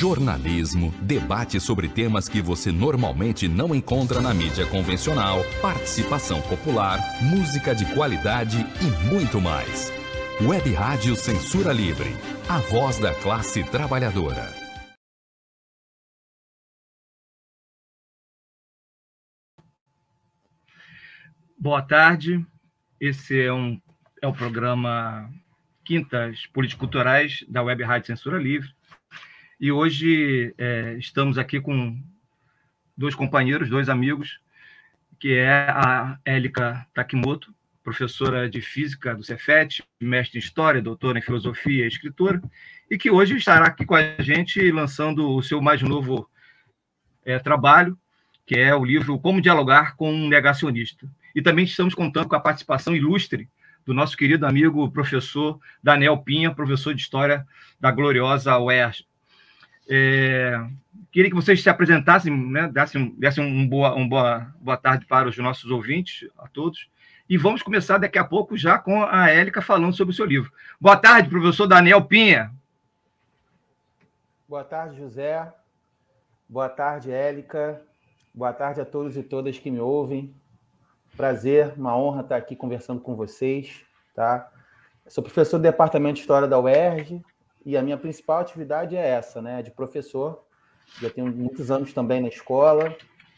jornalismo, debate sobre temas que você normalmente não encontra na mídia convencional, participação popular, música de qualidade e muito mais. Web Rádio Censura Livre, a voz da classe trabalhadora. Boa tarde, esse é o programa Quintas Político-Culturais da Web Rádio Censura Livre. E hoje estamos aqui com dois companheiros, dois amigos, que é a Élica Takimoto, professora de Física do Cefet, mestre em História, doutora em Filosofia e escritora, e que hoje estará aqui com a gente lançando o seu mais novo trabalho, que é o livro Como Dialogar com um Negacionista. E também estamos contando com a participação ilustre do nosso querido amigo professor Daniel Pinha, professor de História da gloriosa UERJ. Queria que vocês se apresentassem, né, dessem boa tarde para os nossos ouvintes, a todos, e vamos começar daqui a pouco já com a Élica falando sobre o seu livro. Boa tarde, professor Daniel Pinha. Boa tarde, José. Boa tarde, Élica. Boa tarde a todos e todas que me ouvem. Prazer, uma honra estar aqui conversando com vocês. Tá? Sou professor do Departamento de História da UERJ e a minha principal atividade é essa, né, de professor. Já tenho muitos anos também na escola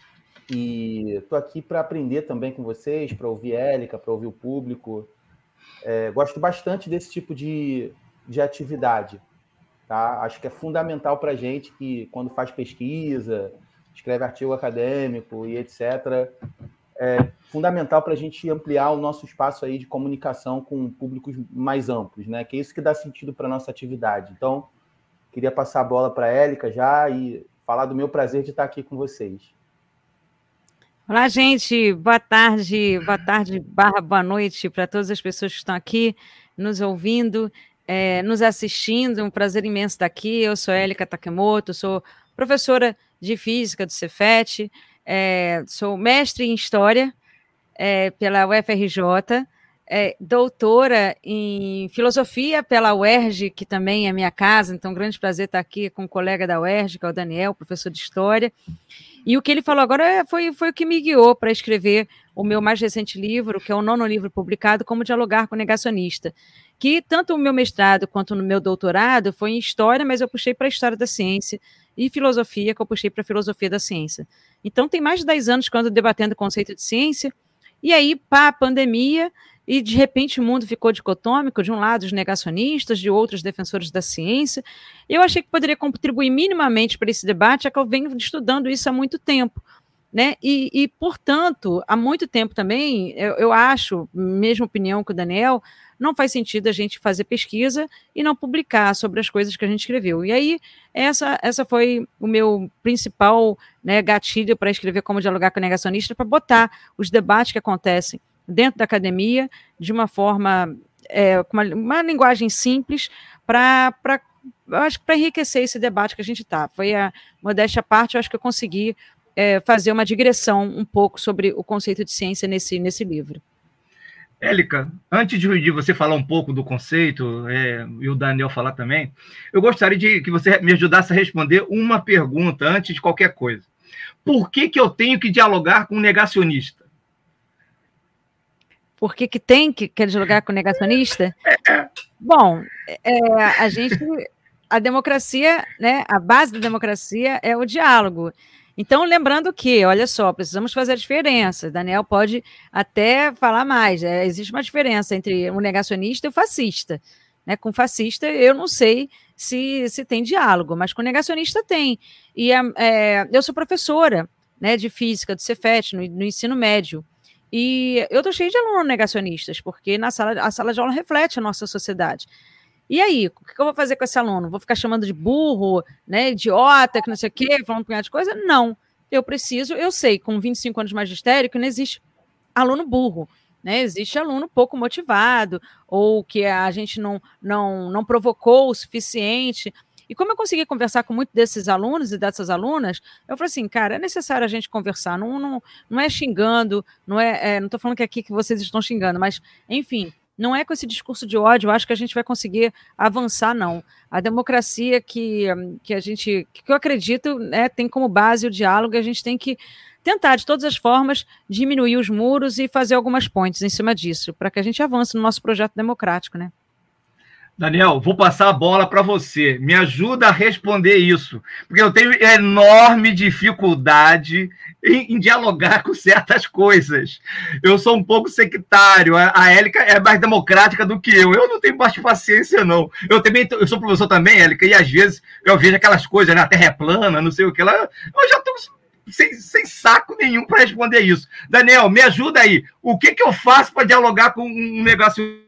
e estou aqui para aprender também com vocês, para ouvir Élica, para ouvir o público. Gosto bastante desse tipo de atividade. Tá? Acho que é fundamental para a gente que, quando faz pesquisa, escreve artigo acadêmico e etc., é fundamental para a gente ampliar o nosso espaço aí de comunicação com públicos mais amplos, né? Que é isso que dá sentido para a nossa atividade. Então, queria passar a bola para a Élica já e falar do meu prazer de estar aqui com vocês. Olá, gente. Boa tarde, boa noite para todas as pessoas que estão aqui nos ouvindo, nos assistindo. É um prazer imenso estar aqui. Eu sou Élica Takimoto, sou professora de Física do Cefet, sou mestre em História pela UFRJ, doutora em Filosofia pela UERJ, que também é minha casa, então grande prazer estar aqui com um colega da UERJ, que é o Daniel, professor de História. E o que ele falou agora foi o que me guiou para escrever o meu mais recente livro, que é o 9º livro publicado, Como Dialogar com o Negacionista, que tanto o meu mestrado quanto no meu doutorado foi em História, mas eu puxei para a História da Ciência, e Filosofia, que eu puxei para a Filosofia da Ciência. Então, tem mais de 10 anos que eu ando debatendo o conceito de ciência, e aí, pá, pandemia, e de repente o mundo ficou dicotômico, de um lado os negacionistas, de outros defensores da ciência. Eu achei que poderia contribuir minimamente para esse debate, já que eu venho estudando isso há muito tempo, né? E portanto, há muito tempo também, eu acho, mesma opinião que o Daniel, não faz sentido a gente fazer pesquisa e não publicar sobre as coisas que a gente escreveu. E aí, essa foi o meu principal, né, gatilho para escrever Como Dialogar com o Negacionista, para botar os debates que acontecem dentro da academia de uma forma, com uma linguagem simples, eu acho que para enriquecer esse debate que a gente está. Foi a modéstia à parte, eu acho que eu consegui fazer uma digressão um pouco sobre o conceito de ciência nesse livro. Élica, antes de você falar um pouco do conceito, e o Daniel falar também, eu gostaria de que você me ajudasse a responder uma pergunta antes de qualquer coisa. Por que eu tenho que dialogar com um negacionista? Por que tem que dialogar com o negacionista? Bom, a democracia, né, a base da democracia é o diálogo. Então, lembrando que, olha só, precisamos fazer a diferença. Daniel pode até falar mais. Existe uma diferença entre o negacionista e o fascista. Né? Com o fascista, eu não sei se tem diálogo, mas com o negacionista tem. E eu sou professora, né, de Física do Cefet, no ensino médio. E eu estou cheia de alunos negacionistas, porque a sala de aula reflete a nossa sociedade. E aí, o que eu vou fazer com esse aluno? Vou ficar chamando de burro, né, idiota, que não sei o quê, falando um punhado de coisa? Não. Eu sei, com 25 anos de magistério, que não existe aluno burro, né? Existe aluno pouco motivado, ou que a gente não provocou o suficiente. E como eu consegui conversar com muitos desses alunos e dessas alunas, eu falei assim, cara, é necessário a gente conversar, não é xingando, não estou falando que aqui que vocês estão xingando, mas, enfim, não é com esse discurso de ódio, eu acho que a gente vai conseguir avançar, não. A democracia que eu acredito, né, tem como base o diálogo, e a gente tem que tentar, de todas as formas, diminuir os muros e fazer algumas pontes em cima disso, para que a gente avance no nosso projeto democrático, né? Daniel, vou passar a bola para você. Me ajuda a responder isso, porque eu tenho enorme dificuldade em dialogar com certas coisas. Eu sou um pouco sectário. A Élica é mais democrática do que eu. Eu não tenho mais paciência, não. Eu sou professor também, Élica, e às vezes eu vejo aquelas coisas, né? A Terra é plana, não sei o que lá. Eu já estou sem saco nenhum para responder isso. Daniel, me ajuda aí. O que eu faço para dialogar com um negacionista?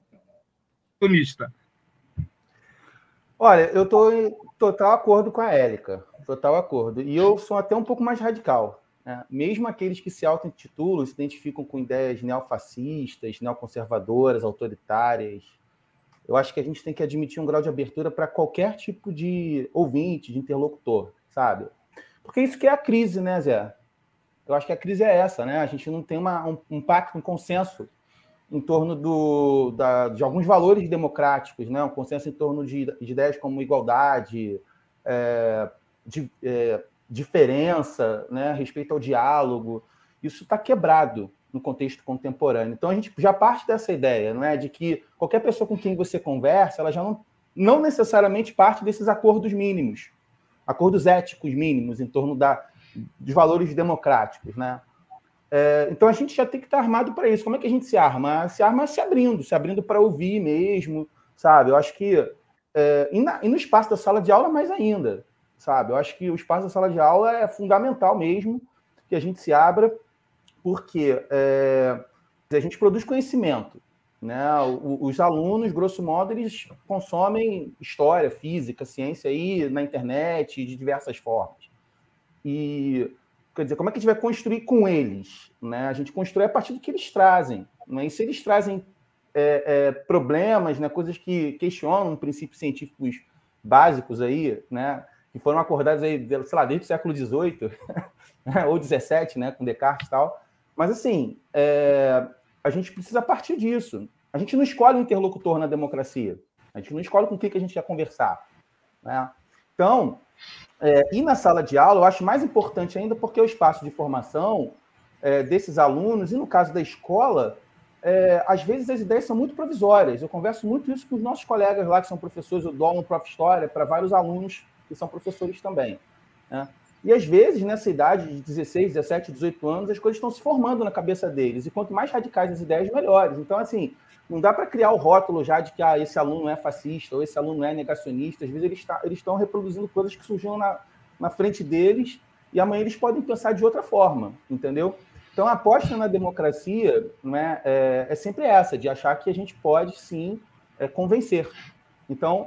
Olha, eu estou em total acordo com a Élica, total acordo. E eu sou até um pouco mais radical, né? Mesmo aqueles que se auto-intitulam, se identificam com ideias neofascistas, neoconservadoras, autoritárias, eu acho que a gente tem que admitir um grau de abertura para qualquer tipo de ouvinte, de interlocutor, sabe? Porque isso que é a crise, né, Zé? Eu acho que a crise é essa, né? A gente não tem um pacto, um consenso em torno de alguns valores democráticos, né? Um consenso em torno de ideias como igualdade, diferença, né? Respeito ao diálogo. Isso está quebrado no contexto contemporâneo. Então, a gente já parte dessa ideia, não é? De que qualquer pessoa com quem você conversa, ela já não necessariamente parte desses acordos mínimos, acordos éticos mínimos em torno dos valores democráticos, né? Então, a gente já tem que estar armado para isso. Como é que a gente se arma? Se arma se abrindo para ouvir mesmo, sabe? Eu acho que... e no espaço da sala de aula, mais ainda, sabe? Eu acho que o espaço da sala de aula é fundamental mesmo que a gente se abra, porque a gente produz conhecimento, né? Os alunos, grosso modo, eles consomem história, física, ciência aí na internet, de diversas formas. E... Quer dizer, como é que a gente vai construir com eles? Né? A gente constrói a partir do que eles trazem. Né? E se eles trazem problemas, né? Coisas que questionam princípios científicos básicos aí, né? Que foram acordados aí, sei lá, desde o século XVIII ou XVII, né? Com Descartes e tal. Mas, assim, a gente precisa partir disso. A gente não escolhe um interlocutor na democracia. A gente não escolhe com quem que a gente quer conversar. Né? Então... e na sala de aula, eu acho mais importante ainda porque o espaço de formação desses alunos, e no caso da escola, às vezes as ideias são muito provisórias. Eu converso muito isso com os nossos colegas lá, que são professores, eu dou aula no Prof. História, para vários alunos que são professores também. Né? E às vezes, nessa idade de 16, 17, 18 anos, as coisas estão se formando na cabeça deles. E quanto mais radicais as ideias, melhores. Então, assim, não dá para criar o rótulo já de que esse aluno é fascista ou esse aluno é negacionista. Às vezes eles estão reproduzindo coisas que surgiram na frente deles e amanhã eles podem pensar de outra forma, entendeu? Então, a aposta na democracia, né, é sempre essa, de achar que a gente pode, sim, convencer. Então,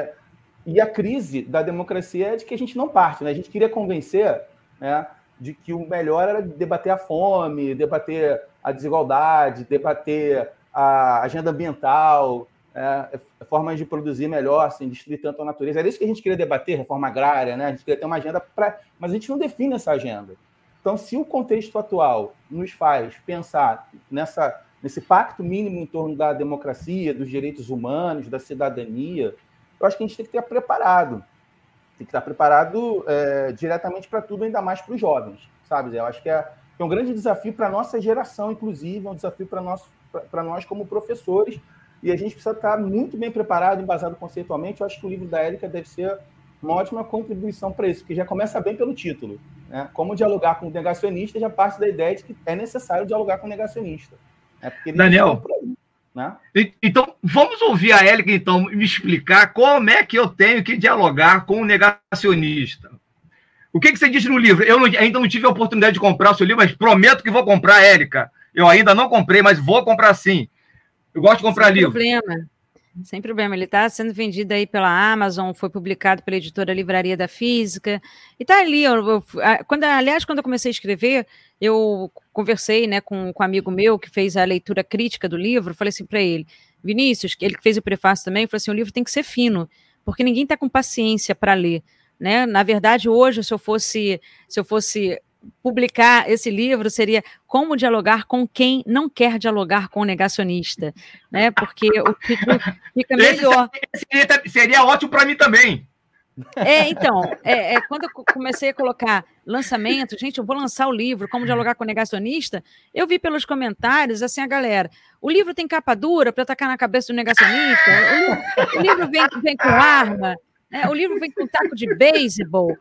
e a crise da democracia é de que a gente não parte, né? A gente queria convencer, né, de que o melhor era debater a fome, debater a desigualdade, debater a agenda ambiental, formas de produzir melhor, sem destruir tanto a natureza. Era isso que a gente queria debater, reforma agrária, né? A gente queria ter uma agenda mas a gente não define essa agenda. Então, se o contexto atual nos faz pensar nesse pacto mínimo em torno da democracia, dos direitos humanos, da cidadania, eu acho que a gente tem que estar preparado. Tem que estar preparado diretamente para tudo, ainda mais para os jovens, sabe? Eu acho que é um grande desafio para a nossa geração, inclusive, é um desafio para nós como professores, e a gente precisa estar muito bem preparado, embasado conceitualmente. Eu acho que o livro da Élica deve ser uma ótima contribuição para isso, porque já começa bem pelo título. Né? Como dialogar com o negacionista já parte da ideia de que é necessário dialogar com o negacionista. Porque eles Daniel, por aí, né? Então, vamos ouvir a Élica, então, me explicar como é que eu tenho que dialogar com o negacionista. O que você diz no livro? Eu ainda não tive a oportunidade de comprar o seu livro, mas prometo que vou comprar, Élica. Eu ainda não comprei, mas vou comprar sim. Eu gosto de comprar livro. Sem problema. Ele está sendo vendido aí pela Amazon, foi publicado pela editora Livraria da Física, e está ali. Quando eu comecei a escrever, eu conversei, né, com um amigo meu que fez a leitura crítica do livro, falei assim para ele, Vinícius, ele que fez o prefácio também, falou assim, o livro tem que ser fino, porque ninguém está com paciência para ler. Né? Na verdade, hoje, se eu fosse publicar esse livro seria Como Dialogar com Quem Não Quer Dialogar com o Negacionista, né? Porque o título fica melhor. Seria ótimo para mim também. Então, quando eu comecei a colocar lançamento, gente, eu vou lançar o livro Como Dialogar com o Negacionista, eu vi pelos comentários, assim, a galera, o livro tem capa dura para atacar na cabeça do negacionista, o livro vem com arma, o livro vem com taco de beisebol,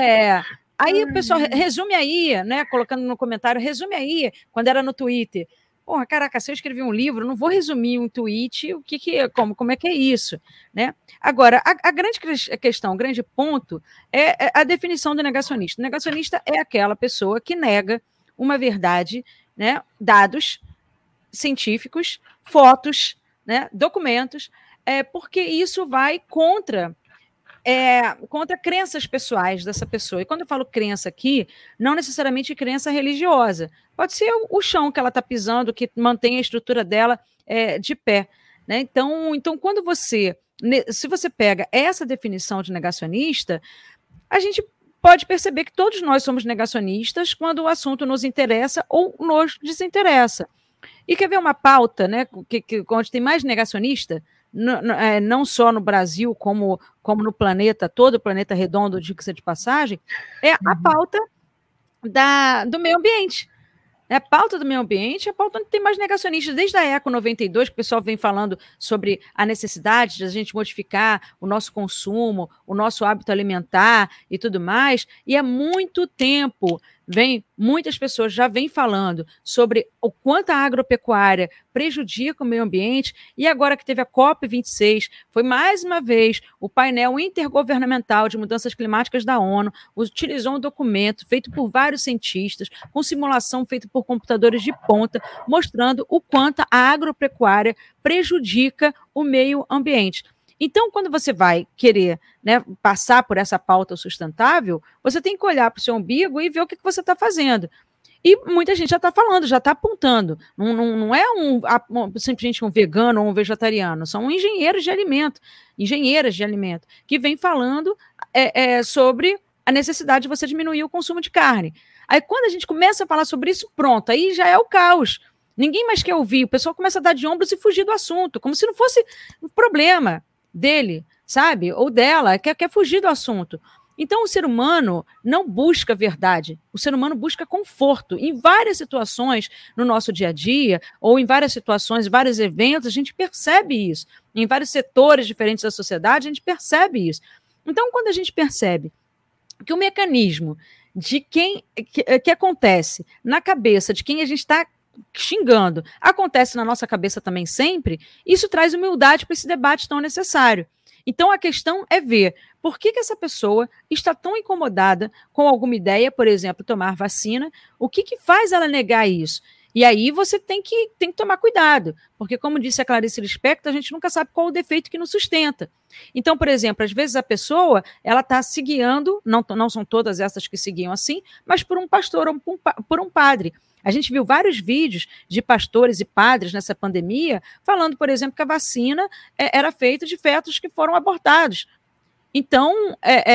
aí o pessoal resume aí, né, colocando no comentário, resume aí, quando era no Twitter. Porra, caraca, se eu escrevi um livro, não vou resumir um tweet, como é que é isso, né? Agora, a grande questão, o grande ponto é a definição do negacionista. O negacionista é aquela pessoa que nega uma verdade, né, dados científicos, fotos, né, documentos, porque isso vai contra crenças pessoais dessa pessoa. E quando eu falo crença aqui, não necessariamente crença religiosa. Pode ser o chão que ela está pisando, que mantém a estrutura dela de pé, né? Então, quando se você pega essa definição de negacionista, a gente pode perceber que todos nós somos negacionistas quando o assunto nos interessa ou nos desinteressa. E quer ver uma pauta, né, onde tem mais negacionista? Não só no Brasil, como no planeta todo, o planeta redondo, diga-se de passagem, é a pauta do meio ambiente. A pauta do meio ambiente é a pauta onde tem mais negacionistas. Desde a Eco 92, que o pessoal vem falando sobre a necessidade de a gente modificar o nosso consumo, o nosso hábito alimentar e tudo mais, e há muito tempo muitas pessoas já vêm falando sobre o quanto a agropecuária prejudica o meio ambiente, e agora que teve a COP26, foi mais uma vez o painel intergovernamental de mudanças climáticas da ONU, utilizou um documento feito por vários cientistas, com simulação feita por computadores de ponta, mostrando o quanto a agropecuária prejudica o meio ambiente. Então, quando você vai querer, né, passar por essa pauta sustentável, você tem que olhar para o seu umbigo e ver o que você está fazendo. E muita gente já está falando, já está apontando. Não é simplesmente um vegano ou um vegetariano, são engenheiras de alimento, que vêm falando sobre a necessidade de você diminuir o consumo de carne. Aí, quando a gente começa a falar sobre isso, pronto, aí já é o caos. Ninguém mais quer ouvir, o pessoal começa a dar de ombros e fugir do assunto, como se não fosse um problema dele, sabe? Ou dela, quer fugir do assunto. Então, o ser humano não busca verdade, o ser humano busca conforto. Em várias situações no nosso dia a dia, ou em várias situações, em vários eventos, a gente percebe isso. Em vários setores diferentes da sociedade, a gente percebe isso. Então, quando a gente percebe que o mecanismo de que acontece na cabeça de quem a gente está xingando, acontece na nossa cabeça também sempre, isso traz humildade para esse debate tão necessário. Então, a questão é ver por que essa pessoa está tão incomodada com alguma ideia, por exemplo, tomar vacina, o que faz ela negar isso? E aí você tem que tomar cuidado, porque, como disse a Clarice Lispector, a gente nunca sabe qual o defeito que nos sustenta. Então, por exemplo, às vezes a pessoa ela está se guiando, não são todas essas que se guiam assim, mas por um pastor ou por um padre. A gente viu vários vídeos de pastores e padres nessa pandemia falando, por exemplo, que a vacina era feita de fetos que foram abortados. Então,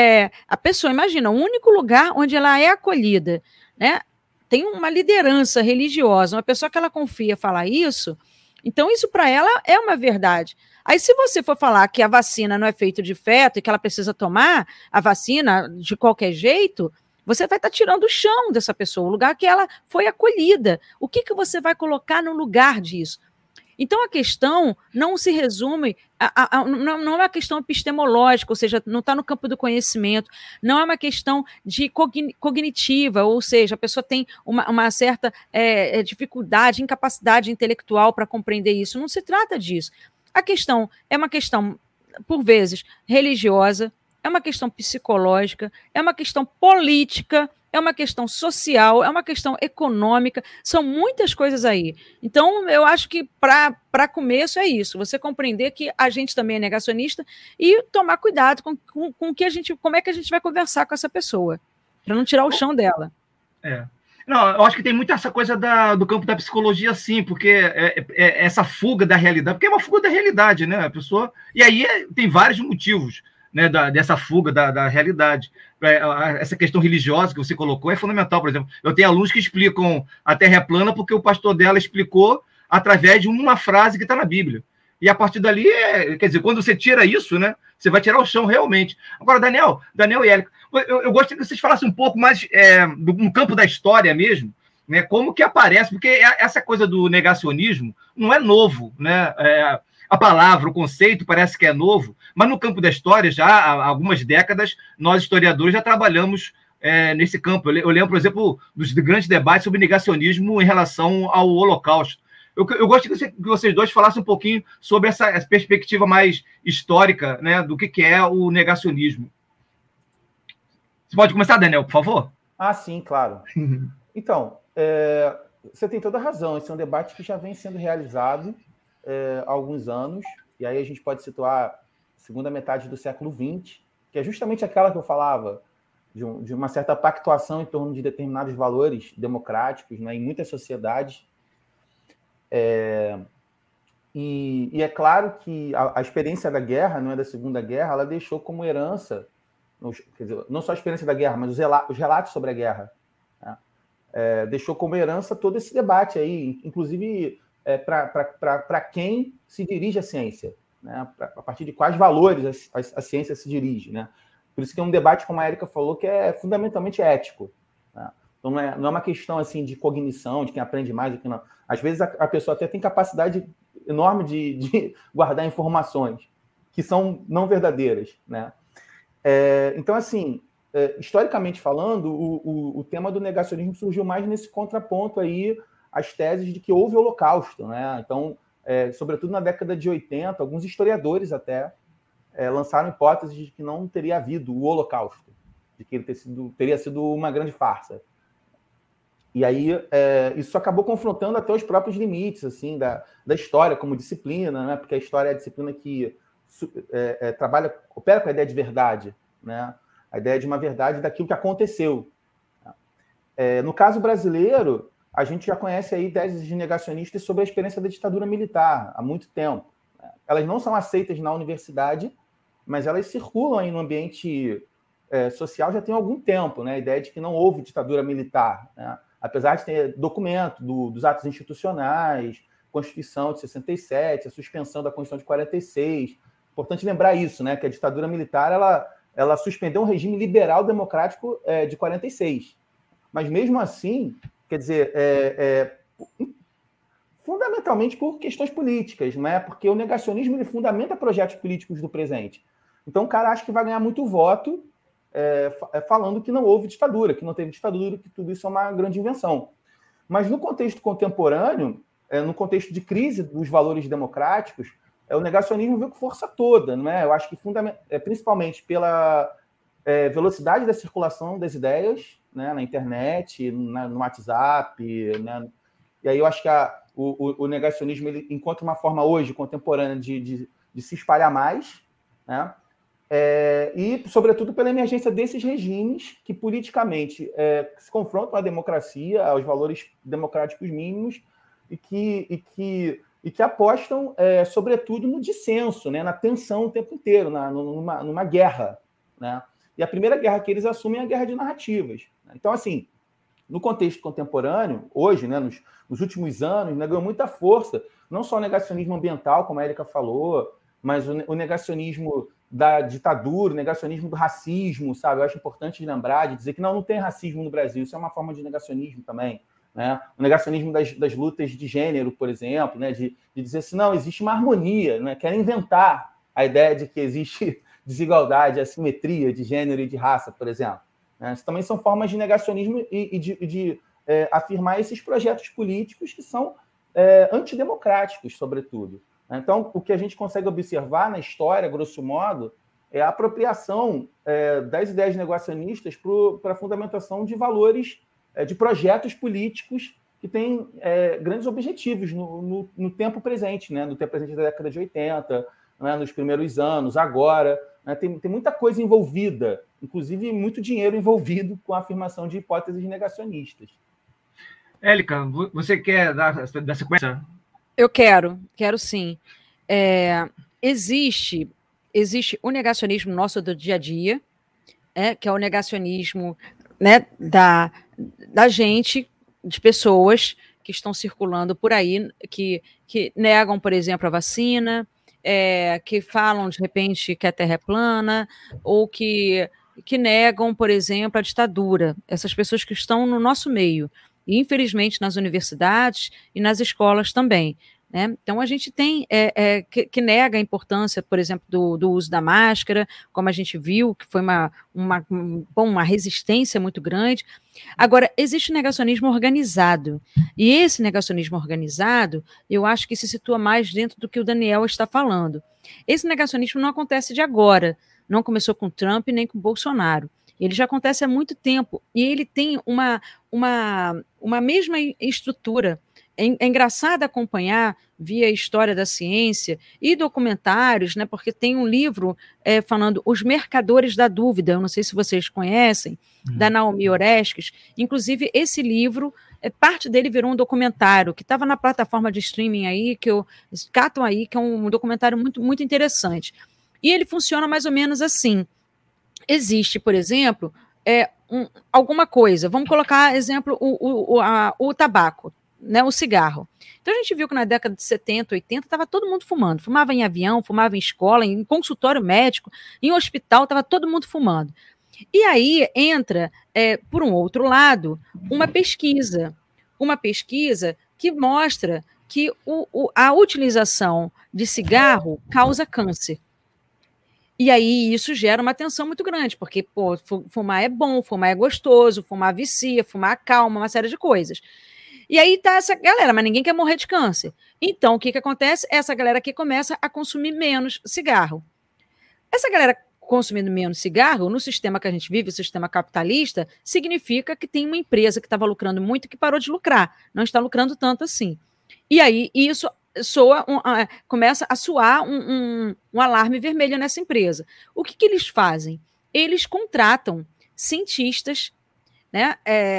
a pessoa, imagina, o único lugar onde ela é acolhida, né, tem uma liderança religiosa, uma pessoa que ela confia falar isso, então isso para ela é uma verdade. Aí, se você for falar que a vacina não é feita de feto e que ela precisa tomar a vacina de qualquer jeito, você vai estar tirando o chão dessa pessoa, o lugar que ela foi acolhida. O que você vai colocar no lugar disso? Então, a questão não se resume, não é uma questão epistemológica, ou seja, não está no campo do conhecimento, não é uma questão de cognitiva, ou seja, a pessoa tem uma certa dificuldade, incapacidade intelectual para compreender isso. Não se trata disso. A questão é uma questão, por vezes, religiosa, é uma questão psicológica, é uma questão política, é uma questão social, é uma questão econômica, são muitas coisas aí. Então, eu acho que para começo é isso, você compreender que a gente também é negacionista e tomar cuidado com como é que a gente vai conversar com essa pessoa, para não tirar o chão dela. Não, eu acho que tem muito essa coisa do campo da psicologia, sim, porque essa fuga da realidade, porque é uma fuga da realidade, né? A pessoa. E aí tem vários motivos. né, dessa fuga da realidade. Essa questão religiosa que você colocou é fundamental. Por exemplo, eu tenho alunos que explicam a Terra é plana porque o pastor dela explicou através de uma frase que está na Bíblia. E a partir dali, quer dizer, quando você tira isso, né, você vai tirar o chão realmente. Agora, Daniel e Érica, eu gostaria que vocês falassem um pouco mais no campo da história mesmo, né, como que aparece, porque essa coisa do negacionismo não é novo, né? A palavra, o conceito parece que é novo, mas no campo da história, já há algumas décadas, nós historiadores já trabalhamos nesse campo. Eu lembro, por exemplo, dos grandes debates sobre negacionismo em relação ao Holocausto. Eu gostaria que vocês dois falassem um pouquinho sobre essa perspectiva mais histórica, né, do que é o negacionismo. Você pode começar, Daniel, por favor? Sim, claro. Então, você tem toda a razão. Esse é um debate que já vem sendo realizado há alguns anos, e aí a gente pode situar a segunda metade do século XX, que é justamente aquela que eu falava, de uma certa pactuação em torno de determinados valores democráticos, né, em muitas sociedades. E é claro que a experiência da guerra, não é da Segunda Guerra, ela deixou como herança, quer dizer, não só a experiência da guerra, mas os relatos sobre a guerra, né? Deixou como herança todo esse debate aí, inclusive para quem se dirige a ciência, né? A partir de quais valores a ciência se dirige, né? Por isso que é um debate, como a Érica falou, que é fundamentalmente ético, né? Então não é uma questão assim de cognição, de quem aprende mais ou quem não. Às vezes a pessoa até tem capacidade enorme de guardar informações que são não verdadeiras, né? Então, assim, historicamente falando, o tema do negacionismo surgiu mais nesse contraponto aí às teses de que houve holocausto, né? Então, sobretudo na década de 80, alguns historiadores até lançaram hipóteses de que não teria havido o holocausto, de que ele teria sido uma grande farsa. E aí isso acabou confrontando até os próprios limites assim, da história como disciplina, né? Porque a história é a disciplina que opera com a ideia de verdade, né? A ideia de uma verdade daquilo que aconteceu. No caso brasileiro, a gente já conhece aí teses de negacionistas sobre a experiência da ditadura militar há muito tempo. Elas não são aceitas na universidade, mas elas circulam aí no ambiente social já tem algum tempo, né? A ideia de que não houve ditadura militar, né? Apesar de ter documento dos atos institucionais, Constituição de 67, a suspensão da Constituição de 46. Importante lembrar isso, né? Que a ditadura militar ela suspendeu um regime liberal democrático de 46. Mas mesmo assim, quer dizer, fundamentalmente por questões políticas, né? Porque o negacionismo ele fundamenta projetos políticos do presente. Então o cara acha que vai ganhar muito voto falando que não houve ditadura, que não teve ditadura, que tudo isso é uma grande invenção. Mas no contexto contemporâneo, no contexto de crise dos valores democráticos, o negacionismo veio com força toda, não é? Eu acho que principalmente pela velocidade da circulação das ideias, né, na internet, no WhatsApp, né? E aí eu acho que o negacionismo ele encontra uma forma hoje contemporânea de se espalhar mais, né? E, sobretudo, pela emergência desses regimes que, politicamente, se confrontam à democracia, aos valores democráticos mínimos e que apostam, sobretudo, no dissenso, né, na tensão o tempo inteiro, numa guerra, né? E a primeira guerra que eles assumem é a guerra de narrativas. Então, assim, no contexto contemporâneo, hoje, né, nos últimos anos, né, ganhou muita força, não só o negacionismo ambiental, como a Érica falou, mas o negacionismo da ditadura, o negacionismo do racismo, sabe? Eu acho importante lembrar, de dizer que não tem racismo no Brasil, isso é uma forma de negacionismo também, né? O negacionismo das lutas de gênero, por exemplo, né? De dizer assim, não, existe uma harmonia, né? Querem inventar a ideia de que existe desigualdade, assimetria de gênero e de raça, por exemplo. Né? Isso também são formas de negacionismo e de afirmar esses projetos políticos que são antidemocráticos, sobretudo. Então, o que a gente consegue observar na história, grosso modo, é a apropriação das ideias negacionistas para a fundamentação de valores, de projetos políticos que têm grandes objetivos no tempo presente, né? No tempo presente da década de 80, né? Nos primeiros anos, agora. Né? Tem muita coisa envolvida, inclusive muito dinheiro envolvido com a afirmação de hipóteses negacionistas. Érica, você quer dar sequência? Eu quero sim. Existe existe o negacionismo nosso do dia a dia, que é o negacionismo, né, da gente, de pessoas que estão circulando por aí, que negam, por exemplo, a vacina, que falam, de repente, que a Terra é plana, ou que negam, por exemplo, a ditadura. Essas pessoas que estão no nosso meio, e infelizmente nas universidades e nas escolas também. Né? Então, a gente tem que nega a importância, por exemplo, do uso da máscara, como a gente viu, que foi uma resistência muito grande. Agora, existe o negacionismo organizado, e esse negacionismo organizado, eu acho que se situa mais dentro do que o Daniel está falando. Esse negacionismo não acontece de agora, não começou com Trump nem com Bolsonaro. Ele já acontece há muito tempo, e ele tem uma mesma estrutura. É engraçado acompanhar via história da ciência e documentários, né, porque tem um livro falando Os Mercadores da Dúvida, eu não sei se vocês conhecem, da Naomi Oreskes. Inclusive, esse livro, parte dele virou um documentário que estava na plataforma de streaming aí, que é um documentário muito, muito interessante. E ele funciona mais ou menos assim. Existe, por exemplo, alguma coisa, vamos colocar exemplo o tabaco, né, o cigarro. Então a gente viu que na década de 70, 80, estava todo mundo fumando. Fumava em avião, fumava em escola, em consultório médico, em hospital, estava todo mundo fumando. E aí entra, por um outro lado, uma pesquisa que mostra que a utilização de cigarro causa câncer. E aí isso gera uma tensão muito grande, porque fumar é bom, fumar é gostoso, fumar vicia, fumar acalma, uma série de coisas. E aí tá essa galera, mas ninguém quer morrer de câncer. Então, o que acontece? Essa galera aqui começa a consumir menos cigarro. Essa galera consumindo menos cigarro, no sistema que a gente vive, o sistema capitalista, significa que tem uma empresa que estava lucrando muito que parou de lucrar, não está lucrando tanto assim. E aí isso começa a soar um alarme vermelho nessa empresa. O que eles fazem? Eles contratam cientistas, né,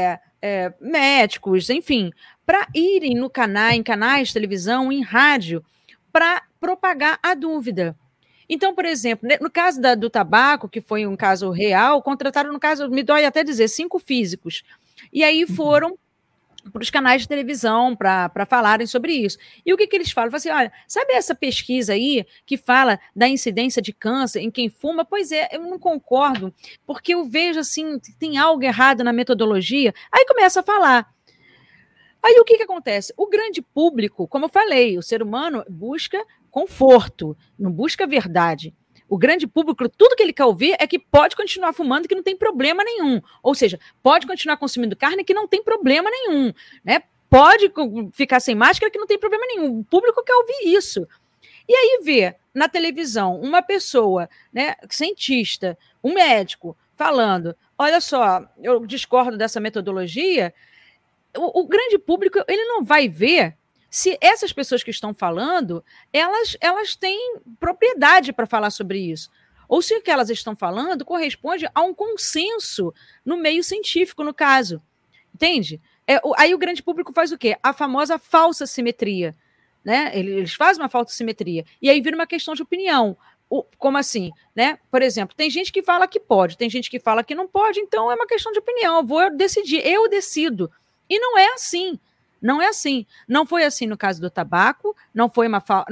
médicos, enfim, para irem em canais de televisão, em rádio, para propagar a dúvida. Então, por exemplo, no caso do tabaco, que foi um caso real, contrataram, no caso, me dói até dizer, 5 físicos. E aí foram para os canais de televisão para falarem sobre isso. E o que eles falam? Falam assim, olha, sabe essa pesquisa aí que fala da incidência de câncer em quem fuma? Pois é, eu não concordo, porque eu vejo assim, tem algo errado na metodologia. Aí começa a falar. Aí o que acontece? O grande público, como eu falei, o ser humano busca conforto, não busca verdade. O grande público, tudo que ele quer ouvir é que pode continuar fumando, que não tem problema nenhum. Ou seja, pode continuar consumindo carne, que não tem problema nenhum. Né? Pode ficar sem máscara, que não tem problema nenhum. O público quer ouvir isso. E aí vê na televisão uma pessoa, né, cientista, um médico, falando, olha só, eu discordo dessa metodologia, o grande público ele não vai ver se essas pessoas que estão falando, elas têm propriedade para falar sobre isso. Ou se o que elas estão falando corresponde a um consenso no meio científico, no caso. Entende? Aí o grande público faz o quê? A famosa falsa simetria. Né? Eles fazem uma falsa simetria. E aí vira uma questão de opinião. Como assim? Né? Por exemplo, tem gente que fala que pode, tem gente que fala que não pode, então é uma questão de opinião. Eu decido. E não é assim. Não é assim. Não foi assim no caso do tabaco, não foi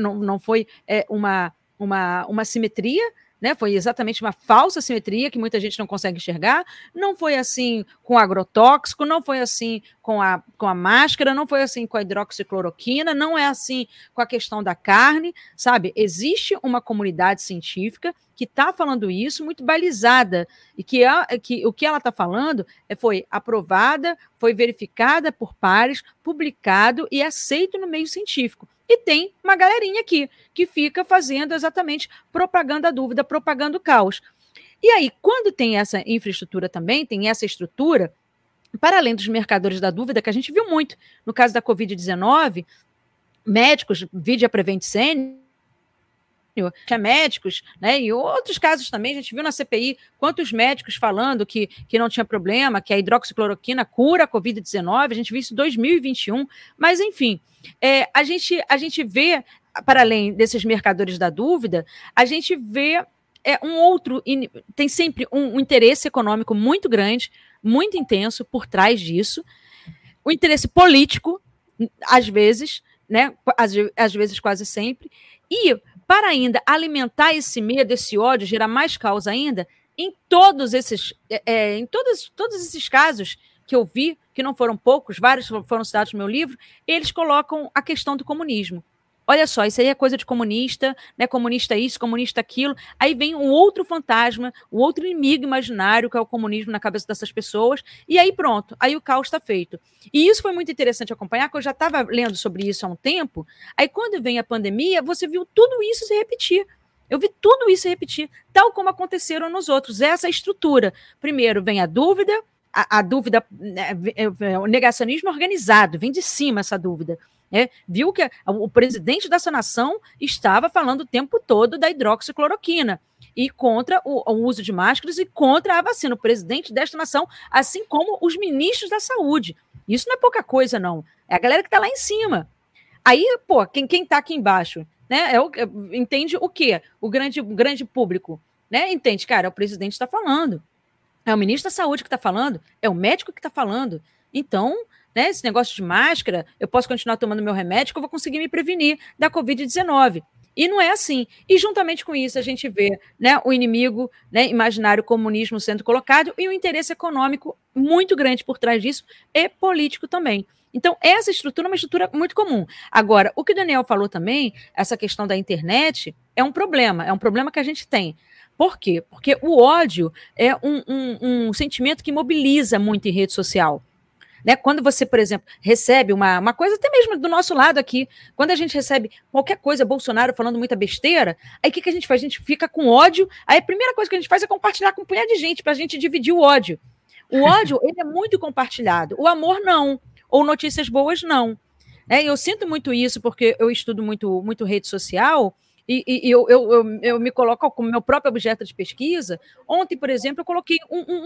uma simetria, né? Foi exatamente uma falsa simetria que muita gente não consegue enxergar. Não foi assim com agrotóxico, não foi assim com a máscara, não foi assim com a hidroxicloroquina, não é assim com a questão da carne, sabe? Existe uma comunidade científica que está falando isso muito balizada, e que o que ela está falando foi aprovada, foi verificada por pares, publicado e aceito no meio científico. E tem uma galerinha aqui que fica fazendo exatamente propaganda dúvida, propaganda caos. E aí, quando tem essa infraestrutura também, tem essa estrutura, para além dos mercadores da dúvida, que a gente viu muito, no caso da Covid-19, médicos, vide a Prevent Senior, tinha médicos, né, e outros casos também, a gente viu na CPI quantos médicos falando que não tinha problema, que a hidroxicloroquina cura a Covid-19, a gente viu isso em 2021, mas enfim, a gente vê para além desses mercadores da dúvida, a gente vê tem sempre um interesse econômico muito grande, muito intenso por trás disso, o interesse político, às vezes, né, às vezes quase sempre, e para ainda alimentar esse medo, esse ódio, gerar mais causa ainda, em todos esses casos que eu vi, que não foram poucos, vários foram citados no meu livro, eles colocam a questão do comunismo. Olha só, isso aí é coisa de comunista, né? Comunista isso, comunista aquilo. Aí vem um outro fantasma, um outro inimigo imaginário, que é o comunismo na cabeça dessas pessoas, e aí pronto, aí o caos está feito. E isso foi muito interessante acompanhar, porque eu já estava lendo sobre isso há um tempo, aí quando vem a pandemia, você viu tudo isso se repetir. Eu vi tudo isso se repetir, tal como aconteceram nos outros. Essa estrutura. Primeiro vem a dúvida, o negacionismo organizado, vem de cima essa dúvida. Viu que o presidente dessa nação estava falando o tempo todo da hidroxicloroquina e contra o uso de máscaras e contra a vacina. O presidente desta nação, assim como os ministros da saúde. Isso não é pouca coisa, não. É a galera que está lá em cima. Aí, pô, quem está aqui embaixo, né, entende o quê? O grande público, né? Entende, cara, é o presidente que está falando. É o ministro da saúde que está falando, é o médico que está falando. Então, né, esse negócio de máscara, eu posso continuar tomando meu remédio que eu vou conseguir me prevenir da Covid-19. E não é assim. E juntamente com isso a gente vê, né, o inimigo, né, imaginário, comunismo sendo colocado e o interesse econômico muito grande por trás disso e político também. Então, essa estrutura é uma estrutura muito comum. Agora, o que o Daniel falou também, essa questão da internet, é um problema que a gente tem. Por quê? Porque o ódio é um sentimento que mobiliza muito em rede social. Né? Quando você, por exemplo, recebe uma coisa, até mesmo do nosso lado aqui, quando a gente recebe qualquer coisa, Bolsonaro falando muita besteira, aí o que a gente faz? A gente fica com ódio, aí a primeira coisa que a gente faz é compartilhar com um punhado de gente, para a gente dividir o ódio. O ódio, ele é muito compartilhado, o amor não, ou notícias boas não. Eu sinto muito isso, porque eu estudo muito rede social, e eu me coloco como meu próprio objeto de pesquisa. Ontem, por exemplo, eu coloquei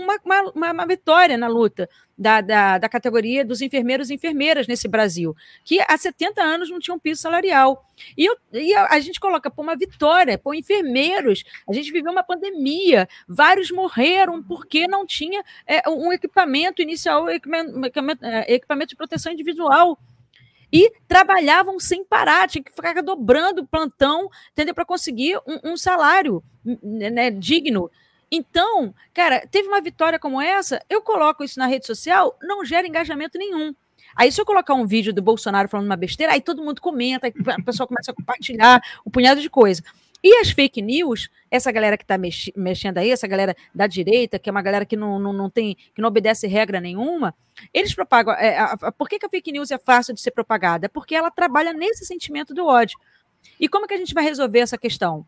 uma vitória na luta da categoria dos enfermeiros e enfermeiras nesse Brasil, que há 70 anos não tinham piso salarial. E a gente coloca uma vitória, enfermeiros. A gente viveu uma pandemia, vários morreram porque não tinha um equipamento inicial, equipamento de proteção individual. E trabalhavam sem parar, tinha que ficar dobrando o plantão, entendeu? Para conseguir um salário, né, digno. Então, cara, teve uma vitória como essa, eu coloco isso na rede social, não gera engajamento nenhum. Aí, se eu colocar um vídeo do Bolsonaro falando uma besteira, aí todo mundo comenta, aí o pessoal começa a compartilhar um punhado de coisa. E as fake news, essa galera que está mexendo aí, essa galera da direita, que é uma galera que não obedece regra nenhuma, eles propagam. Por que a fake news é fácil de ser propagada? Porque ela trabalha nesse sentimento do ódio. E como que a gente vai resolver essa questão?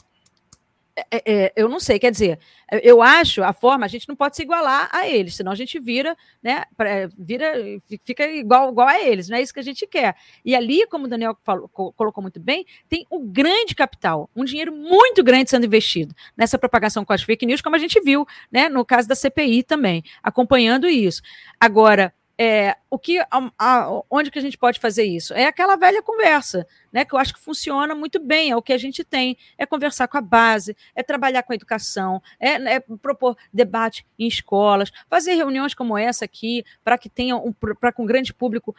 Eu não sei, quer dizer, eu acho a forma, a gente não pode se igualar a eles, senão a gente vira, né, fica igual a eles, não é isso que a gente quer. E ali, como o Daniel colocou muito bem, tem um grande capital, um dinheiro muito grande sendo investido nessa propagação com as fake news, como a gente viu, né, no caso da CPI também, acompanhando isso. Agora, onde que a gente pode fazer isso? É aquela velha conversa, né, que eu acho que funciona muito bem, é o que a gente tem, é conversar com a base, é trabalhar com a educação, é propor debate em escolas, fazer reuniões como essa aqui, para que tenha para que um grande público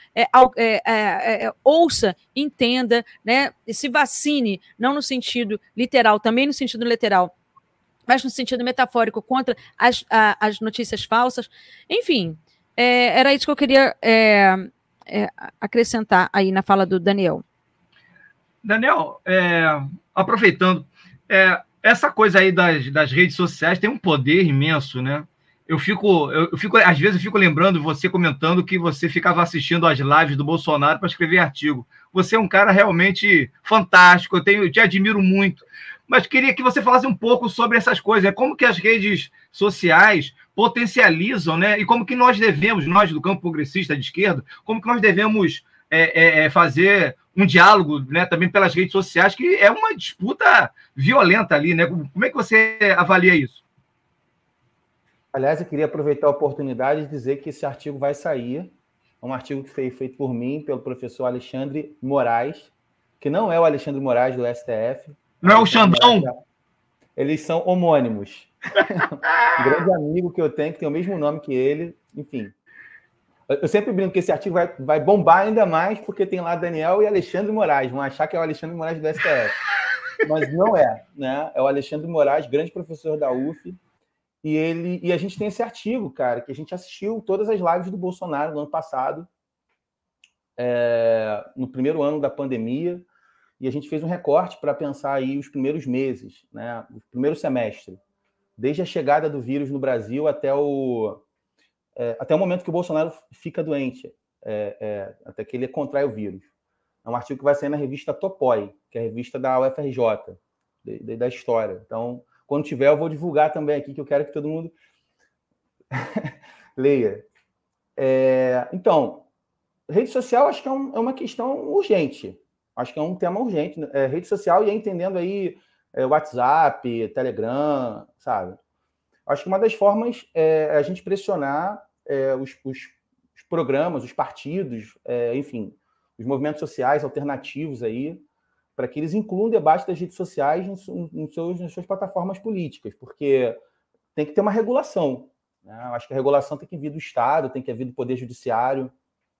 ouça, entenda, né, e se vacine, não no sentido literal, também no sentido literal, mas no sentido metafórico, contra as notícias falsas, enfim. Era isso que eu queria acrescentar aí na fala do Daniel. Daniel, aproveitando, essa coisa aí das redes sociais tem um poder imenso, né? Às vezes eu fico lembrando você comentando que você ficava assistindo as lives do Bolsonaro para escrever artigo. Você é um cara realmente fantástico, eu te admiro muito. Mas queria que você falasse um pouco sobre essas coisas, como que as redes sociais potencializam, né? E como que nós do campo progressista de esquerda, como que nós devemos fazer um diálogo, né, também pelas redes sociais, que é uma disputa violenta ali, né? Como é que você avalia isso? Aliás, eu queria aproveitar a oportunidade de dizer que esse artigo vai sair. É um artigo que foi feito por mim, pelo professor Alexandre Moraes, que não é o Alexandre Moraes do STF. Não é o Xandão? Eles são homônimos. Um grande amigo que eu tenho, que tem o mesmo nome que ele, enfim. Eu sempre brinco que esse artigo vai bombar ainda mais, porque tem lá Daniel e Alexandre Moraes. Vão achar que é o Alexandre Moraes do STF. Mas não é, né? É o Alexandre Moraes, grande professor da UF. E a gente tem esse artigo, cara, que a gente assistiu todas as lives do Bolsonaro no ano passado, no primeiro ano da pandemia, e a gente fez um recorte para pensar aí os primeiros meses, né? O primeiro semestre, desde a chegada do vírus no Brasil até o momento que o Bolsonaro fica doente, até que ele contrai o vírus. É um artigo que vai sair na revista Topoi, que é a revista da UFRJ, da história. Então, quando tiver, eu vou divulgar também aqui, que eu quero que todo mundo leia. Então, rede social acho que é uma questão urgente. Acho que é um tema urgente. Rede social e entendendo aí WhatsApp, Telegram, sabe? Acho que uma das formas é a gente pressionar os programas, os partidos, enfim, os movimentos sociais alternativos aí, para que eles incluam o debate das redes sociais nas suas plataformas políticas, porque tem que ter uma regulação, né? Eu acho que a regulação tem que vir do Estado, tem que vir do Poder Judiciário,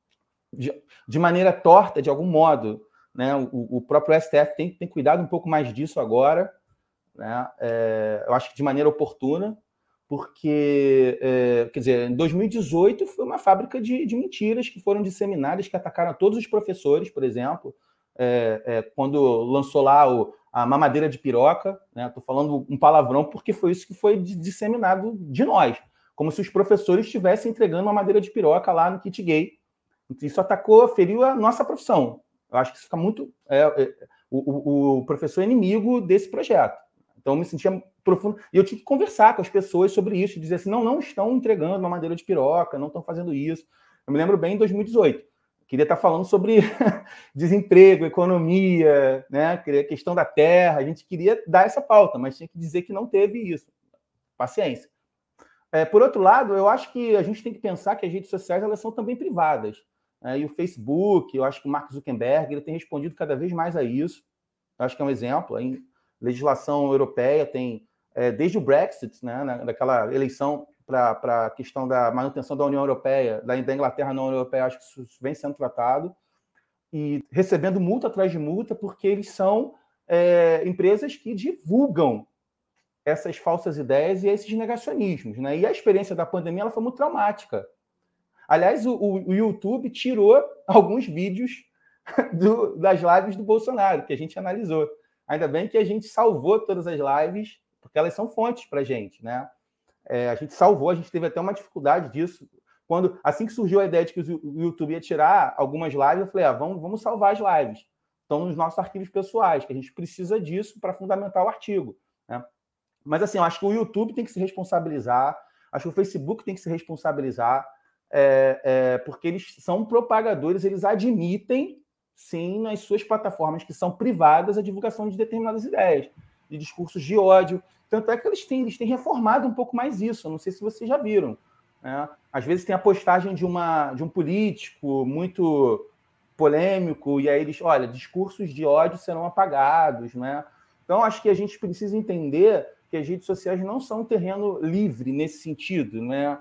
de maneira torta, de algum modo, né? O próprio STF tem cuidado um pouco mais disso agora, né? Eu acho que de maneira oportuna, porque, quer dizer, em 2018 foi uma fábrica de mentiras que foram disseminadas, que atacaram todos os professores, por exemplo, quando lançou lá a mamadeira de piroca, né? Estou falando um palavrão porque foi isso que foi disseminado de nós, como se os professores estivessem entregando mamadeira de piroca lá no kit gay. Isso feriu a nossa profissão. Eu acho que isso fica muito... o professor é inimigo desse projeto. Então, eu me sentia profundo. E eu tive que conversar com as pessoas sobre isso, e dizer assim, não estão entregando mamadeira de piroca, não estão fazendo isso. Eu me lembro bem em 2018. Queria estar falando sobre desemprego, economia, né? Questão da terra. A gente queria dar essa pauta, mas tinha que dizer que não teve isso. Paciência. Por outro lado, eu acho que a gente tem que pensar que as redes sociais elas são também privadas. E o Facebook, eu acho que o Mark Zuckerberg ele tem respondido cada vez mais a isso. Eu acho que é um exemplo. A legislação europeia tem, desde o Brexit, né, daquela eleição para a questão da manutenção da União Europeia, da Inglaterra na União Europeia, acho que isso vem sendo tratado, e recebendo multa atrás de multa, porque eles são empresas que divulgam essas falsas ideias e esses negacionismos, né? E a experiência da pandemia ela foi muito traumática. Aliás, o YouTube tirou alguns vídeos das lives do Bolsonaro, que a gente analisou. Ainda bem que a gente salvou todas as lives, porque elas são fontes para a gente, né? A gente salvou, a gente teve até uma dificuldade disso. Assim que surgiu a ideia de que o YouTube ia tirar algumas lives, eu falei, vamos salvar as lives. Estão nos nossos arquivos pessoais, que a gente precisa disso para fundamentar o artigo, né? Mas, assim, eu acho que o YouTube tem que se responsabilizar, acho que o Facebook tem que se responsabilizar, porque eles são propagadores, eles admitem, sim, nas suas plataformas que são privadas, a divulgação de determinadas ideias, de discursos de ódio. Tanto é que eles têm reformado um pouco mais isso, eu não sei se vocês já viram, né? Às vezes tem a postagem de um político muito polêmico, e aí eles, olha, discursos de ódio serão apagados, né? Então, acho que a gente precisa entender que as redes sociais não são um terreno livre nesse sentido, né?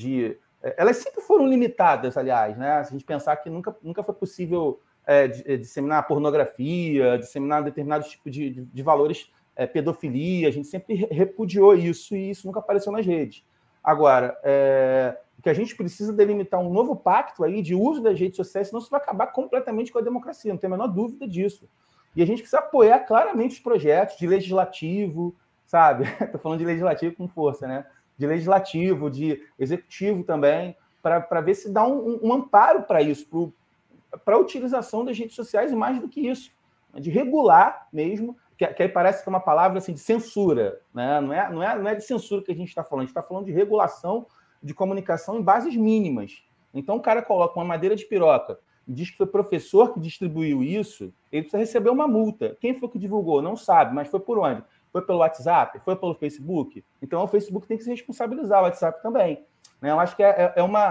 Elas sempre foram limitadas, aliás, né? Se a gente pensar que nunca foi possível disseminar pornografia, disseminar determinados tipos de valores, pedofilia, a gente sempre repudiou isso e isso nunca apareceu nas redes. Agora, o que a gente precisa delimitar um novo pacto aí de uso das redes sociais, senão isso vai acabar completamente com a democracia, não tem a menor dúvida disso. E a gente precisa apoiar claramente os projetos de legislativo, sabe? Estou falando de legislativo com força, né? De legislativo, de executivo também, para ver se dá um amparo para isso, para a utilização das redes sociais e mais do que isso, de regular mesmo, que aí parece que é uma palavra assim, de censura, né? Não é de censura que a gente está falando, a gente está falando de regulação de comunicação em bases mínimas. Então o cara coloca uma madeira de piroca e diz que foi professor que distribuiu isso, ele precisa receber uma multa. Quem foi que divulgou? Não sabe, mas foi por onde? Foi pelo WhatsApp? Foi pelo Facebook? Então o Facebook tem que se responsabilizar, o WhatsApp também, né? Eu acho que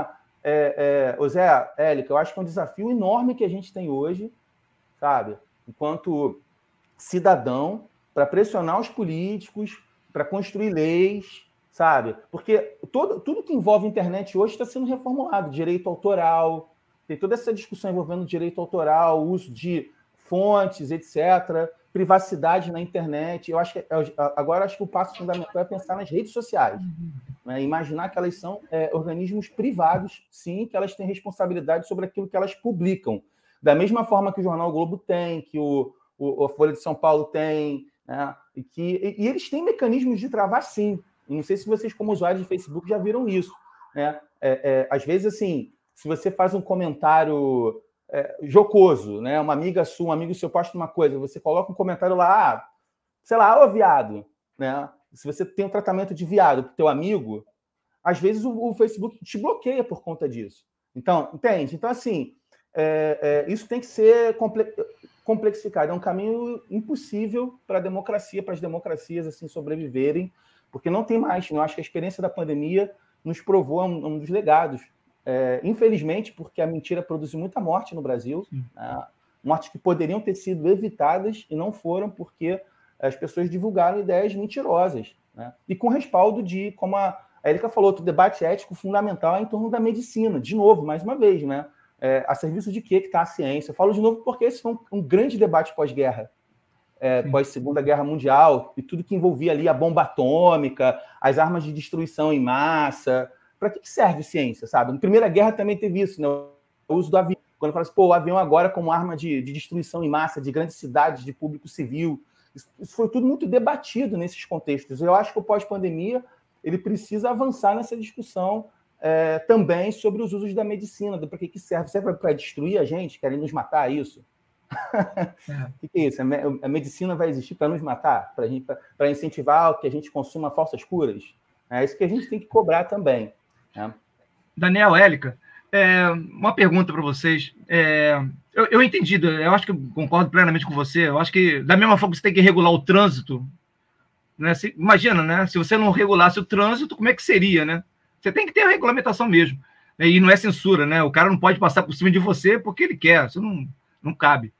Zé, Élica, eu acho que é um desafio enorme que a gente tem hoje, sabe? enquanto cidadão, para pressionar os políticos, para construir leis, sabe? Porque tudo que envolve internet hoje está sendo reformulado. Direito autoral, tem toda essa discussão envolvendo direito autoral, uso de fontes, etc., privacidade na internet. Agora acho que o passo fundamental é pensar nas redes sociais. Né? Imaginar que elas são organismos privados, sim, que elas têm responsabilidade sobre aquilo que elas publicam. Da mesma forma que o Jornal Globo tem, que a Folha de São Paulo tem, né? E eles têm mecanismos de travar, sim. Não sei se vocês, como usuários de Facebook, já viram isso. Né? Às vezes, assim, se você faz um comentário jocoso, né? Uma amiga sua, um amigo seu posta uma coisa, você coloca um comentário lá, sei lá, ô viado, né? Se você tem um tratamento de viado para o teu amigo, às vezes o Facebook te bloqueia por conta disso. Então, entende? Então, assim, isso tem que ser complexificado. É um caminho impossível para a democracia, para as democracias assim sobreviverem, porque não tem mais. Eu acho que a experiência da pandemia nos provou um dos legados. Infelizmente, porque a mentira produziu muita morte no Brasil, né? Mortes que poderiam ter sido evitadas e não foram, porque as pessoas divulgaram ideias mentirosas, né? E com respaldo de, como a Érica falou, o debate ético fundamental é em torno da medicina. De novo, mais uma vez, né? A serviço de que está a ciência? Eu falo de novo porque esse foi um grande debate pós-guerra, pós-Segunda Guerra Mundial, e tudo que envolvia ali a bomba atômica, as armas de destruição em massa. Para que serve ciência, sabe? Na Primeira Guerra também teve isso, né? O uso do avião. Quando fala assim, o avião agora como arma de destruição em massa de grandes cidades, de público civil. Isso foi tudo muito debatido nesses contextos. Eu acho que o pós-pandemia ele precisa avançar nessa discussão também sobre os usos da medicina, para que serve? Serve para destruir a gente? Querem nos matar, isso? O que é isso? A medicina vai existir para nos matar? Para incentivar que a gente consuma falsas curas? É isso que a gente tem que cobrar também. Daniel, Érica, uma pergunta para vocês. Eu entendi, eu acho que eu concordo plenamente com você. Eu acho que, da mesma forma que você tem que regular o trânsito, né? Imagina, né? Se você não regulasse o trânsito, como é que seria, né? Você tem que ter a regulamentação mesmo. Né? E não é censura, né? O cara não pode passar por cima de você porque ele quer. Isso não cabe.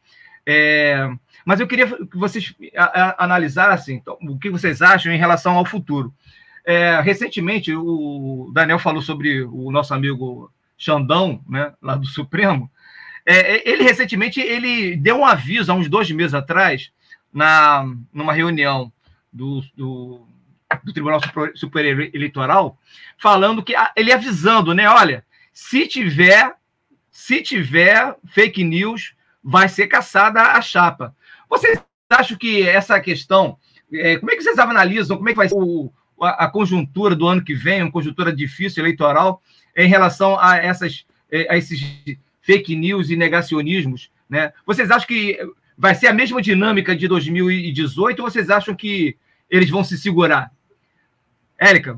Mas eu queria que vocês analisassem então, o que vocês acham em relação ao futuro. Recentemente, o Daniel falou sobre o nosso amigo Xandão, né, lá do Supremo. Ele recentemente deu um aviso, há uns 2 meses atrás, numa reunião do Tribunal Superior Eleitoral, falando que ele avisando, né? Olha, se tiver fake news, vai ser caçada a chapa. Vocês acham que essa questão, como é que vocês analisam, como é que vai ser a conjuntura do ano que vem, uma conjuntura difícil eleitoral, em relação a esses fake news e negacionismos, né? Vocês acham que vai ser a mesma dinâmica de 2018 ou vocês acham que eles vão se segurar? Érica?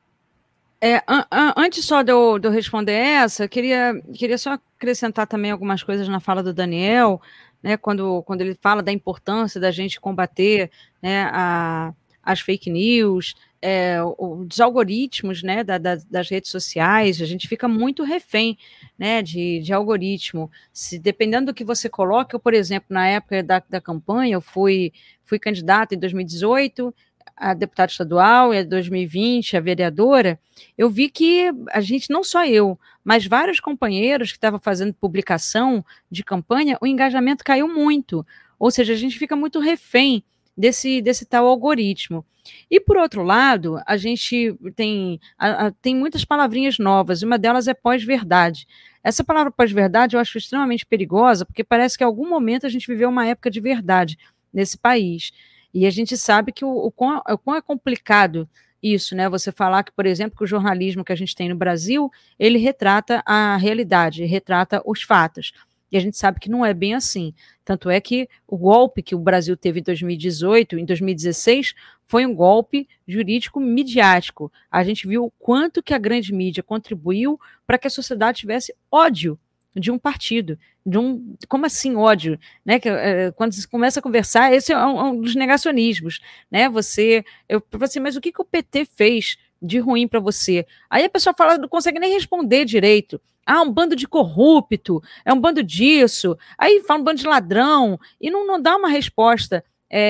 Antes só de eu responder essa, queria só acrescentar também algumas coisas na fala do Daniel, né, quando ele fala da importância da gente combater, né, as fake news, os algoritmos, né, das redes sociais. A gente fica muito refém, né, de algoritmo. Dependendo do que você coloca, eu, por exemplo, na época da campanha, eu fui candidata em 2018, a deputada estadual, e em 2020 a vereadora. Eu vi que a gente, não só eu, mas vários companheiros que estavam fazendo publicação de campanha, o engajamento caiu muito. Ou seja, a gente fica muito refém desse tal algoritmo. E, por outro lado, a gente tem muitas palavrinhas novas, uma delas é pós-verdade. Essa palavra pós-verdade eu acho extremamente perigosa, porque parece que em algum momento a gente viveu uma época de verdade nesse país. E a gente sabe que o quão é complicado isso, né? Você falar que, por exemplo, que o jornalismo que a gente tem no Brasil, ele retrata a realidade, retrata os fatos. E a gente sabe que não é bem assim. Tanto é que o golpe que o Brasil teve em 2018, em 2016, foi um golpe jurídico midiático. A gente viu o quanto que a grande mídia contribuiu para que a sociedade tivesse ódio de um partido, como assim ódio, né? Quando você começa a conversar, esse é um dos negacionismos, né? Eu falei assim, mas o que o PT fez de ruim para você. Aí a pessoa fala, não consegue nem responder direito. Ah, um bando de corrupto, é um bando disso. Aí fala um bando de ladrão, e não dá uma resposta,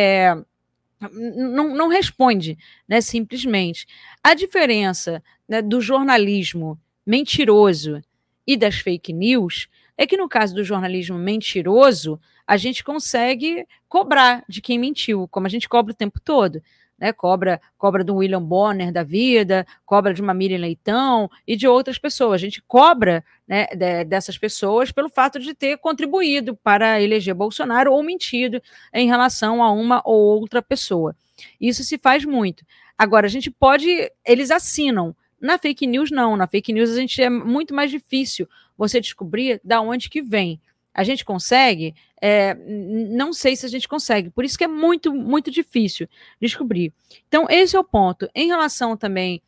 não responde, né, simplesmente. A diferença, né, do jornalismo mentiroso e das fake news é que, no caso do jornalismo mentiroso, a gente consegue cobrar de quem mentiu, como a gente cobra o tempo todo. Né, cobra do William Bonner da vida, cobra de uma Miriam Leitão e de outras pessoas. A gente cobra, né, dessas pessoas pelo fato de ter contribuído para eleger Bolsonaro ou mentido em relação a uma ou outra pessoa. Isso se faz muito. Agora, a gente pode... Eles assinam. Na fake news, não. Na fake news, é muito mais difícil você descobrir de onde que vem. A gente consegue? Não sei se a gente consegue. Por isso que é muito, muito difícil descobrir. Então, esse é o ponto. Em relação também,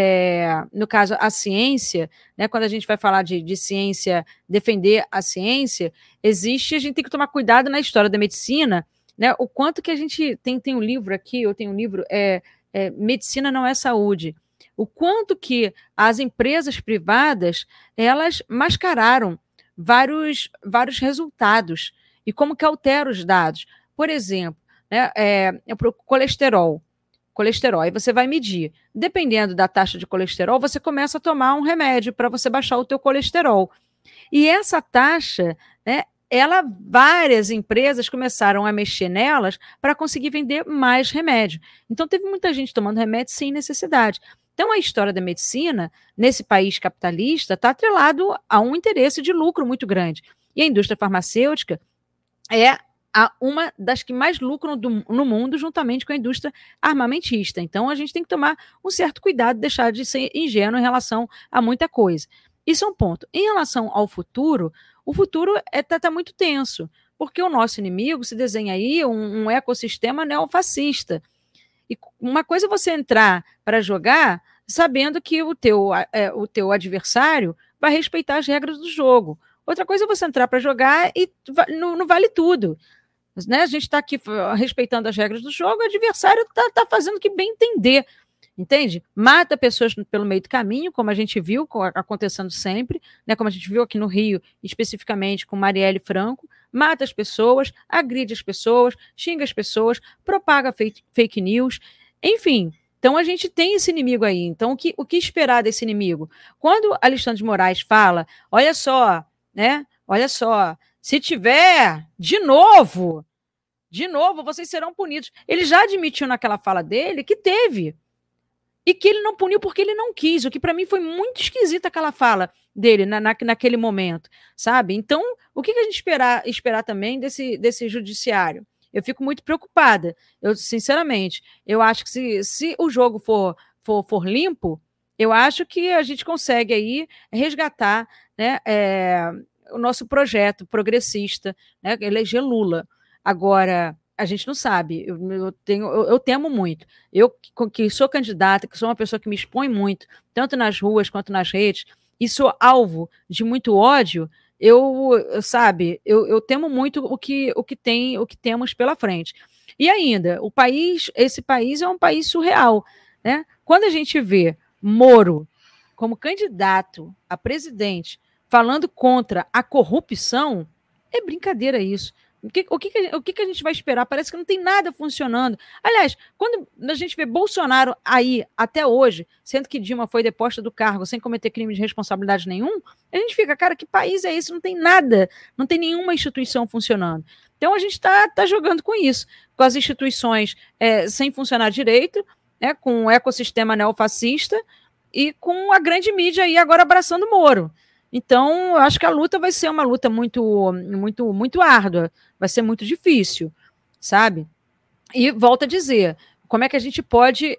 no caso, à ciência, né, quando a gente vai falar de ciência, defender a ciência, a gente tem que tomar cuidado na história da medicina, né, o quanto que a gente... Tem um livro aqui, eu tenho um livro, Medicina Não é Saúde. O quanto que as empresas privadas, elas mascararam vários resultados e como que altera os dados. Por exemplo, né, para o colesterol, aí você vai medir. Dependendo da taxa de colesterol, você começa a tomar um remédio para você baixar o teu colesterol. E essa taxa, né, várias empresas começaram a mexer nelas para conseguir vender mais remédio. Então, teve muita gente tomando remédio sem necessidade. Então, a história da medicina, nesse país capitalista, está atrelado a um interesse de lucro muito grande. E a indústria farmacêutica é uma das que mais lucram no mundo, juntamente com a indústria armamentista. Então, a gente tem que tomar um certo cuidado, deixar de ser ingênuo em relação a muita coisa. Isso é um ponto. Em relação ao futuro, o futuro está muito tenso, porque o nosso inimigo se desenha aí um ecossistema neofascista. E uma coisa é você entrar para jogar sabendo que o teu adversário vai respeitar as regras do jogo. Outra coisa é você entrar para jogar e não vale tudo. Né? A gente está aqui respeitando as regras do jogo, o adversário está fazendo o que bem entender. Entende? Mata pessoas pelo meio do caminho, como a gente viu acontecendo sempre, né? Como a gente viu aqui no Rio, especificamente com Marielle Franco, mata as pessoas, agride as pessoas, xinga as pessoas, propaga fake news, enfim. Então a gente tem esse inimigo aí. Então o que esperar desse inimigo? Quando Alexandre de Moraes fala, olha só, né? Olha só, se tiver de novo, vocês serão punidos. Ele já admitiu naquela fala dele que teve. E que ele não puniu porque ele não quis, o que para mim foi muito esquisita aquela fala dele naquele momento, sabe? Então, o que a gente esperar também desse judiciário? Eu fico muito preocupada. Sinceramente, eu acho que se o jogo for limpo, eu acho que a gente consegue aí resgatar, né, o nosso projeto progressista, né, eleger Lula. Agora, a gente não sabe, eu temo muito. Eu, que sou candidata, que sou uma pessoa que me expõe muito, tanto nas ruas quanto nas redes, e sou alvo de muito ódio, eu temo muito o que temos pela frente. E ainda, esse país é um país surreal, né? Quando a gente vê Moro como candidato a presidente falando contra a corrupção, é brincadeira isso. O que a gente vai esperar? Parece que não tem nada funcionando. Aliás, quando a gente vê Bolsonaro aí, até hoje, sendo que Dilma foi deposta do cargo sem cometer crime de responsabilidade nenhum, a gente fica, cara, que país é esse? Não tem nada, não tem nenhuma instituição funcionando. Então a gente está jogando com isso, com as instituições sem funcionar direito, né, com o ecossistema neofascista e com a grande mídia aí agora abraçando o Moro. Então, eu acho que a luta vai ser uma luta muito, muito, muito árdua, vai ser muito difícil, sabe? E volto a dizer, como é que a gente pode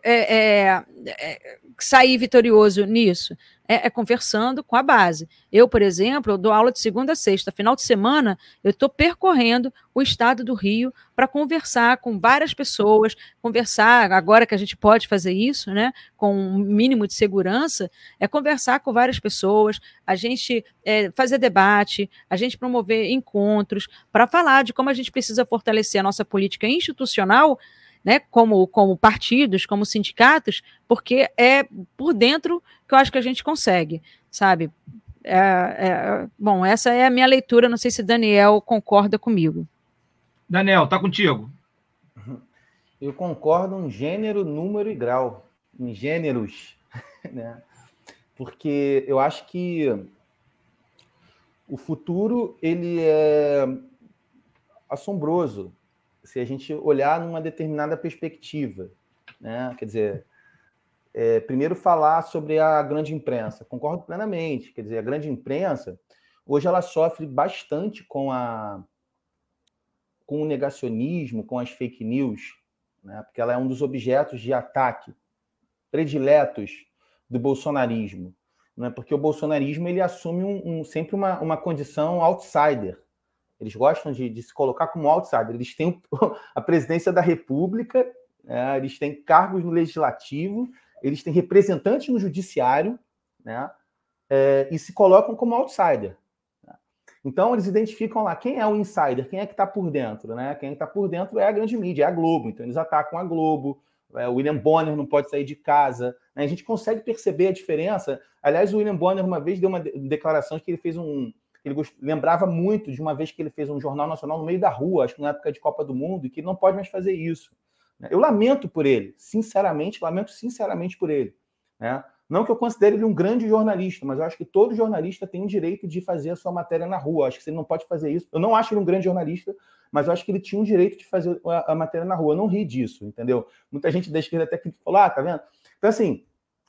sair vitorioso nisso? Conversando com a base. Eu, por exemplo, eu dou aula de segunda a sexta. Final de semana, eu estou percorrendo o estado do Rio para conversar com várias pessoas, conversar, agora que a gente pode fazer isso, né, com um mínimo de segurança, conversar com várias pessoas, a gente fazer debate, a gente promover encontros para falar de como a gente precisa fortalecer a nossa política institucional né, como partidos, como sindicatos, porque é por dentro que eu acho que a gente consegue, sabe? Bom, essa é a minha leitura, não sei se Daniel concorda comigo. Daniel, tá contigo. Eu concordo em gênero, número e grau, em gêneros, né? Porque eu acho que o futuro ele é assombroso se a gente olhar numa determinada perspectiva, né? Quer dizer, primeiro falar sobre a grande imprensa. Concordo plenamente. Quer dizer, a grande imprensa hoje ela sofre bastante com o negacionismo, com as fake news, né? Porque ela é um dos objetos de ataque prediletos do bolsonarismo, né? Porque o bolsonarismo ele assume sempre uma condição outsider. Eles gostam de se colocar como outsider. Eles têm a presidência da República, né? Eles têm cargos no Legislativo, eles têm representantes no Judiciário, né? E se colocam como outsider. Então, eles identificam lá quem é o insider, quem é que está por dentro, né? Quem está por dentro é a grande mídia, é a Globo. Então, eles atacam a Globo, o William Bonner não pode sair de casa. Né? A gente consegue perceber a diferença. Aliás, o William Bonner uma vez deu uma declaração que ele fez ele lembrava muito de uma vez que ele fez um jornal nacional no meio da rua, acho que na época de Copa do Mundo, e que ele não pode mais fazer isso. Eu lamento por ele, lamento sinceramente por ele. Né? Não que eu considere ele um grande jornalista, mas eu acho que todo jornalista tem o direito de fazer a sua matéria na rua. Eu acho que ele não pode fazer isso. Eu não acho ele um grande jornalista, mas eu acho que ele tinha o direito de fazer a matéria na rua. Eu não ri disso, entendeu? Muita gente da esquerda até falou, tá vendo? Então, assim,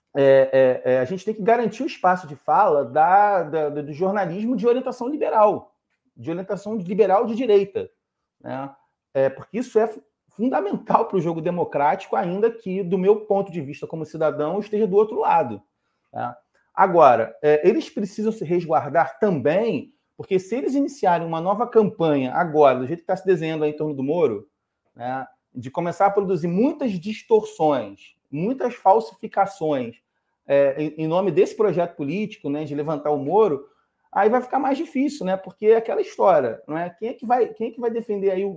a gente tem que garantir o espaço de fala do jornalismo de orientação liberal de direita. Né? Porque isso é fundamental para o jogo democrático, ainda que, do meu ponto de vista como cidadão, esteja do outro lado. Tá? Agora, eles precisam se resguardar também, porque se eles iniciarem uma nova campanha agora, do jeito que está se desenhando aí em torno do Moro, né, de começar a produzir muitas distorções, muitas falsificações em nome desse projeto político, né, de levantar o Moro, aí vai ficar mais difícil, né? Porque é aquela história, não é? Quem é que vai defender aí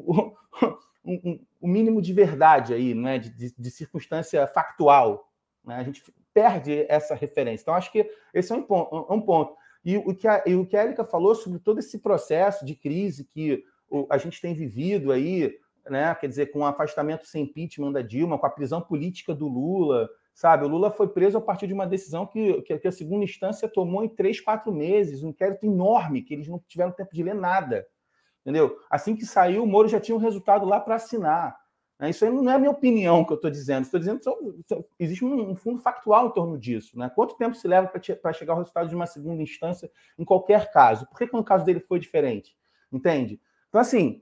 o mínimo de verdade aí, né? De circunstância factual, né? A gente perde essa referência. Então, acho que esse é um ponto. E o que a Érica falou sobre todo esse processo de crise que a gente tem vivido aí, né? Quer dizer, com o afastamento sem impeachment da Dilma, com a prisão política do Lula, sabe? O Lula foi preso a partir de uma decisão que a segunda instância tomou em 3, 4 meses, um inquérito enorme, que eles não tiveram tempo de ler nada. Entendeu? Assim que saiu, o Moro já tinha um resultado lá para assinar. Isso aí não é a minha opinião que eu estou dizendo. Estou dizendo que existe um fundo factual em torno disso. Né? Quanto tempo se leva para chegar ao resultado de uma segunda instância em qualquer caso? Por que no caso dele foi diferente? Entende? Então, assim,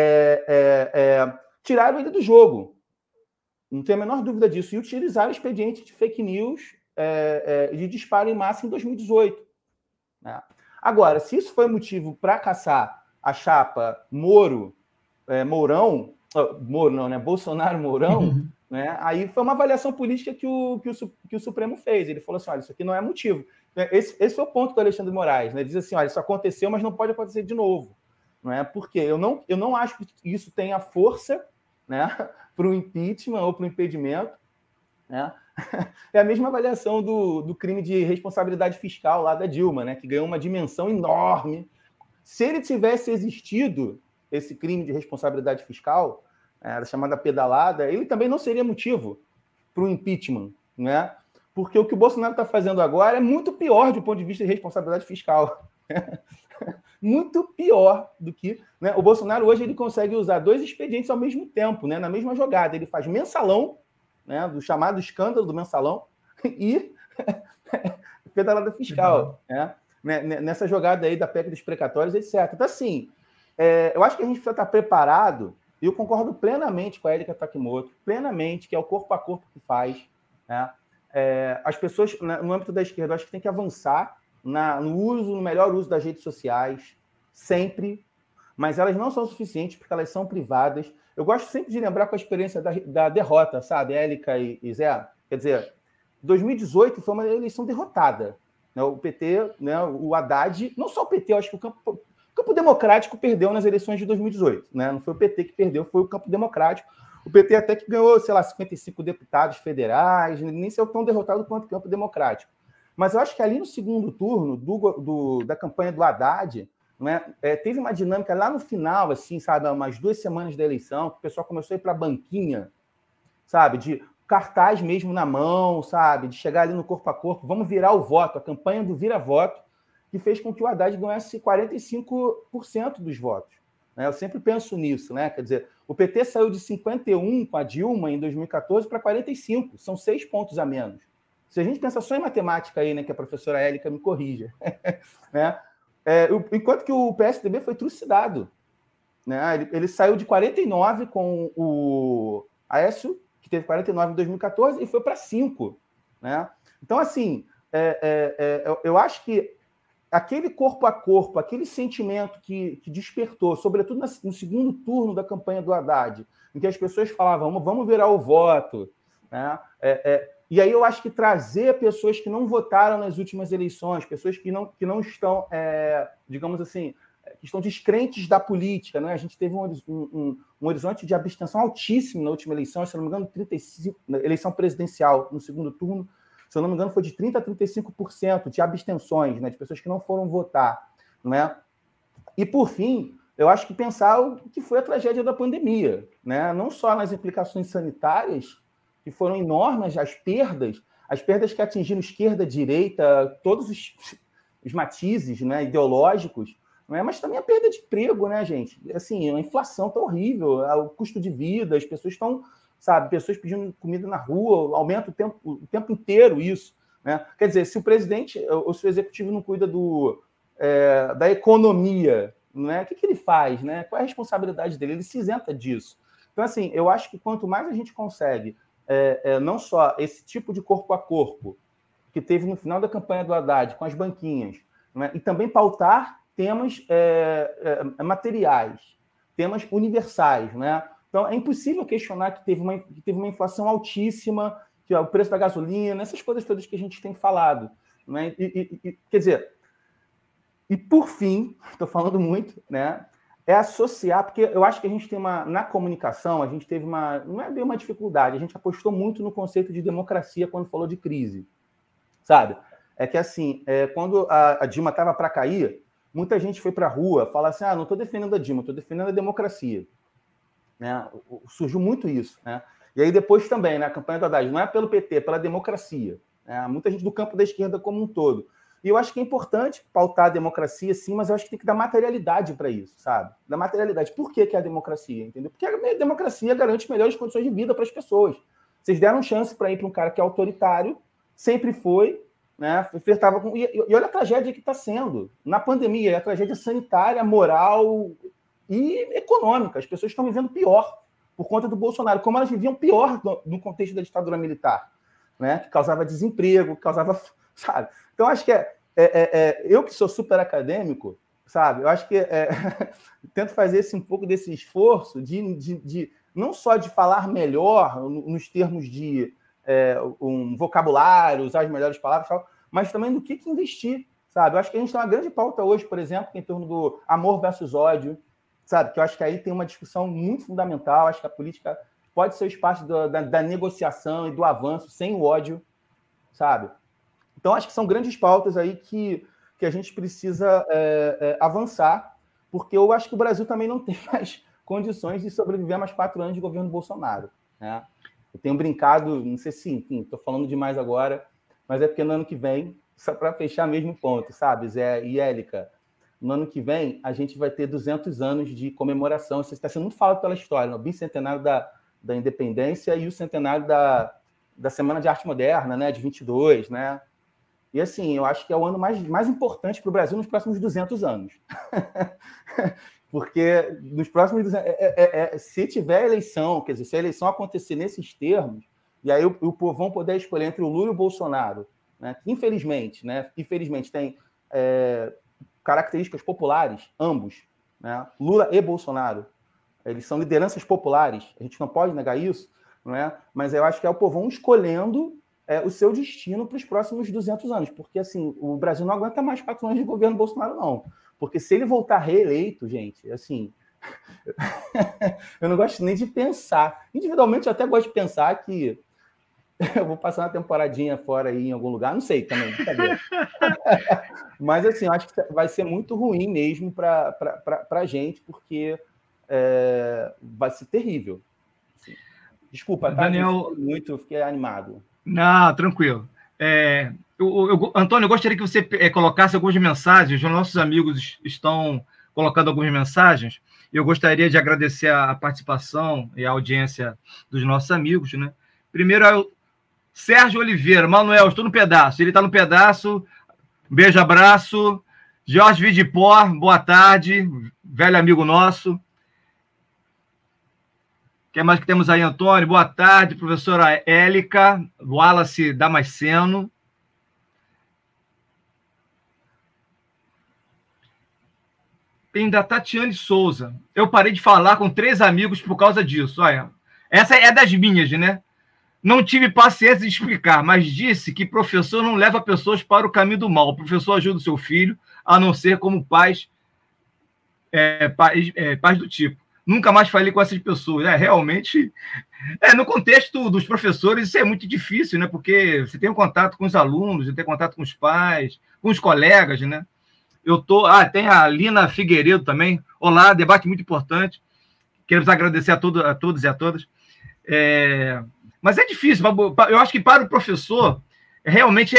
tiraram ele do jogo. Não tenho a menor dúvida disso. E utilizaram o expediente de fake news de disparo em massa em 2018. Né? Agora, se isso foi motivo para caçar a chapa Moro, Mourão, Moro não, né? Bolsonaro-Mourão, né? Aí foi uma avaliação política que o Supremo fez. Ele falou assim, olha, isso aqui não é motivo. Esse foi o ponto do Alexandre de Moraes. Né? Ele diz assim, olha, isso aconteceu, mas não pode acontecer de novo. Não é? Porque eu não acho que isso tenha força, né, para o impeachment ou para o impedimento. Né? É a mesma avaliação do crime de responsabilidade fiscal lá da Dilma, né, que ganhou uma dimensão enorme. Se ele tivesse existido, esse crime de responsabilidade fiscal, a chamada pedalada, ele também não seria motivo para o impeachment. Né? Porque o que o Bolsonaro está fazendo agora é muito pior do ponto de vista de responsabilidade fiscal. Muito pior do que... Né? O Bolsonaro hoje ele consegue usar 2 expedientes ao mesmo tempo, né? Na mesma jogada. Ele faz mensalão, né? Do chamado escândalo do mensalão, e pedalada fiscal. Né? Nessa jogada aí da PEC dos precatórios, etc. Então, assim, eu acho que a gente precisa estar preparado, e eu concordo plenamente com a Érica Takimoto, plenamente, que é o corpo a corpo que faz. Né? As pessoas, no âmbito da esquerda, eu acho que tem que avançar no melhor uso das redes sociais, sempre, mas elas não são suficientes porque elas são privadas. Eu gosto sempre de lembrar com a experiência da derrota, sabe, Élica e Zé? Quer dizer, 2018 foi uma eleição derrotada. Né? O PT, né, o Haddad, não só o PT, eu acho que o Campo Democrático perdeu nas eleições de 2018. Né? Não foi o PT que perdeu, foi o Campo Democrático. O PT até que ganhou, sei lá, 55 deputados federais, nem saiu tão derrotado quanto o Campo Democrático. Mas eu acho que ali no segundo turno da campanha do Haddad, né, teve uma dinâmica lá no final, assim, sabe, umas 2 semanas da eleição, que o pessoal começou a ir para a banquinha, sabe, de cartaz mesmo na mão, sabe, de chegar ali no corpo a corpo, vamos virar o voto, a campanha do vira-voto, que fez com que o Haddad ganhasse 45% dos votos. Né? Eu sempre penso nisso, né? Quer dizer, o PT saiu de 51 com a Dilma em 2014 para 45, são 6 pontos a menos. Se a gente pensa só em matemática aí, né, que a professora Élica me corrija, né? Enquanto que o PSDB foi trucidado. Né? Ele saiu de 49 com o Aécio, que teve 49 em 2014, e foi para 5. Né? Então, assim, eu acho que aquele corpo a corpo, aquele sentimento que despertou, sobretudo no segundo turno da campanha do Haddad, em que as pessoas falavam, vamos virar o voto, né? E aí eu acho que trazer pessoas que não votaram nas últimas eleições, pessoas que não estão, digamos assim, que estão descrentes da política, né? A gente teve um horizonte de abstenção altíssimo na última eleição, se não me engano, 35, na eleição presidencial, no segundo turno, se eu não me engano, foi de 30% a 35% de abstenções, né? De pessoas que não foram votar. Né? E, por fim, eu acho que pensar o que foi a tragédia da pandemia, né? Não só nas implicações sanitárias, que foram enormes, as perdas que atingiram esquerda, direita, todos os matizes, né, ideológicos, né, mas também a perda de emprego, né, gente? Assim, a inflação está horrível, o custo de vida, as pessoas estão, sabe, pessoas pedindo comida na rua, aumenta o tempo inteiro isso. Né? Quer dizer, se o presidente ou se o executivo não cuida da economia, né, o que ele faz? Né? Qual é a responsabilidade dele? Ele se isenta disso. Então, assim, eu acho que quanto mais a gente consegue não só esse tipo de corpo a corpo que teve no final da campanha do Haddad com as banquinhas, né, e também pautar temas materiais, temas universais. Né? Então, é impossível questionar que teve uma inflação altíssima, que o preço da gasolina, essas coisas todas que a gente tem falado. Né? Quer dizer, e por fim, estou falando muito, né? Associar, porque eu acho que a gente tem na comunicação, a gente teve não é bem uma dificuldade, a gente apostou muito no conceito de democracia quando falou de crise, sabe? É que assim, quando a Dilma estava para cair, muita gente foi para a rua falar assim, não estou defendendo a Dilma, estou defendendo a democracia. Né? Surgiu muito isso. Né? E aí depois também, na campanha do Haddad, não é pelo PT, é pela democracia. Né? Muita gente do campo da esquerda como um todo. E eu acho que é importante pautar a democracia, sim, mas eu acho que tem que dar materialidade para isso, sabe? Dar materialidade. Por que é a democracia? Entendeu? Porque a democracia garante melhores condições de vida para as pessoas. Vocês deram chance para ir para um cara que é autoritário, sempre foi, né? Flertava com... E olha a tragédia que está sendo. Na pandemia, a tragédia sanitária, moral e econômica. As pessoas estão vivendo pior por conta do Bolsonaro, como elas viviam pior no contexto da ditadura militar, né? Que causava desemprego, que causava... Sabe? Então, acho que eu que sou super acadêmico, sabe? Eu acho que tento fazer um pouco desse esforço de não só de falar melhor nos termos de um vocabulário, usar as melhores palavras, mas também no que investir, sabe? Eu acho que a gente tem uma grande pauta hoje, por exemplo, em torno do amor versus ódio, sabe? Que eu acho que aí tem uma discussão muito fundamental. Acho que a política pode ser o espaço da negociação e do avanço sem o ódio, sabe? Então, acho que são grandes pautas aí que a gente precisa avançar, porque eu acho que o Brasil também não tem mais condições de sobreviver a mais 4 anos de governo Bolsonaro. Né? Eu tenho brincado, não sei se, enfim, estou falando demais agora, mas é porque no ano que vem, só para fechar mesmo ponto, sabe, Zé e Élica, no ano que vem a gente vai ter 200 anos de comemoração. Isso está sendo muito falado pela história, né? O bicentenário da independência e o centenário da Semana de Arte Moderna, né, de 22, né? E, assim, eu acho que é o ano mais importante para o Brasil nos próximos 200 anos. Porque nos próximos 200... se tiver eleição, quer dizer, se a eleição acontecer nesses termos, e aí o povão poder escolher entre o Lula e o Bolsonaro, né, que infelizmente tem características populares, ambos, né? Lula e Bolsonaro, eles são lideranças populares, a gente não pode negar isso, né? Mas eu acho que é o povão escolhendo o seu destino para os próximos 200 anos, porque assim, o Brasil não aguenta mais 4 anos de governo Bolsonaro, não. Porque se ele voltar reeleito, gente, assim, Eu não gosto nem de pensar. Individualmente, eu até gosto de pensar que eu vou passar uma temporadinha fora aí em algum lugar, não sei também, brincadeira. Mas, assim, eu acho que vai ser muito ruim mesmo para a gente, porque vai ser terrível. Assim. Desculpa, tá? Daniel... Eu fiquei animado. Não, tranquilo. Antônio, eu gostaria que você colocasse algumas mensagens. Os nossos amigos estão colocando algumas mensagens. Eu gostaria de agradecer a participação e a audiência dos nossos amigos, né? Primeiro é o Sérgio Oliveira. Manuel, estou no pedaço. Ele está no pedaço. Beijo, abraço. Jorge Vidipor, boa tarde. Velho amigo nosso. O que mais que temos aí, Antônio? Boa tarde, professora Élica, Wallace Damasceno. Tem da Tatiane Souza. Eu parei de falar com 3 amigos por causa disso. Olha, essa é das minhas, né? Não tive paciência de explicar, mas disse que professor não leva pessoas para o caminho do mal. O professor ajuda o seu filho, a não ser como pais do tipo. Nunca mais falei com essas pessoas. Realmente, no contexto dos professores, isso é muito difícil, né? Porque você tem um contato com os alunos, você tem contato com os pais, com os colegas, né? Tem a Lina Figueiredo também. Olá, debate muito importante. Queremos agradecer a todos e a todas. Mas é difícil. Eu acho que para o professor, realmente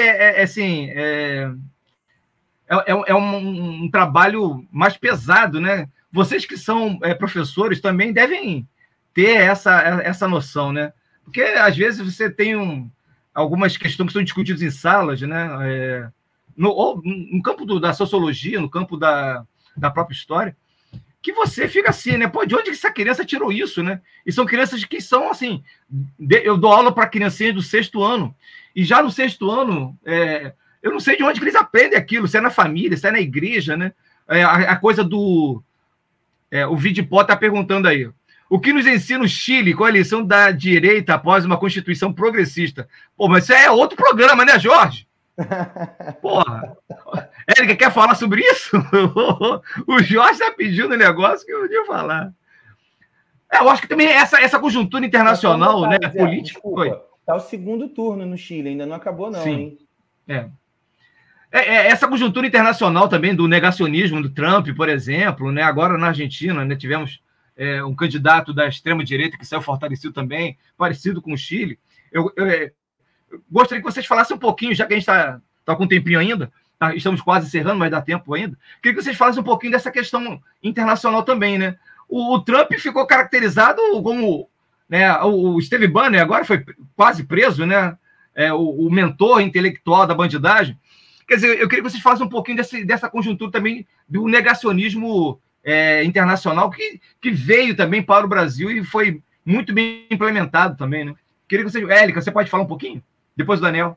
um trabalho mais pesado, né? Vocês que são professores também devem ter essa noção, né? Porque, às vezes, você tem algumas questões que são discutidas em salas, né? No campo da sociologia, no campo da própria história, que você fica assim, né? Pô, de onde essa criança tirou isso, né? E são crianças que são, assim... Eu dou aula para criancinhas do 6º ano, e já no 6º ano, eu não sei de onde que eles aprendem aquilo, se é na família, se é na igreja, né? A coisa do... o Vidipó está perguntando aí. O que nos ensina o Chile com a eleição da direita após uma constituição progressista? Pô, mas isso é outro programa, né, Jorge? Porra. Érica, quer falar sobre isso? O Jorge está pedindo um negócio que eu podia falar. Eu acho que também essa conjuntura internacional, né, política... Está o 2º turno no Chile, ainda não acabou não, sim. Hein? Essa conjuntura internacional também do negacionismo do Trump, por exemplo, né? Agora na Argentina, né, tivemos um candidato da extrema-direita que saiu fortalecido também, parecido com o Chile. Eu gostaria que vocês falassem um pouquinho, já que a gente está com um tempinho ainda, estamos quase encerrando, mas dá tempo ainda. Queria que vocês falassem um pouquinho dessa questão internacional também, né? O Trump ficou caracterizado como, né, o Steve Bannon agora foi quase preso, né? O mentor intelectual da bandidagem. Quer dizer, eu queria que vocês falassem um pouquinho dessa conjuntura também do negacionismo internacional que veio também para o Brasil e foi muito bem implementado também, né? Queria que vocês... Élica, você pode falar um pouquinho? Depois do Daniel.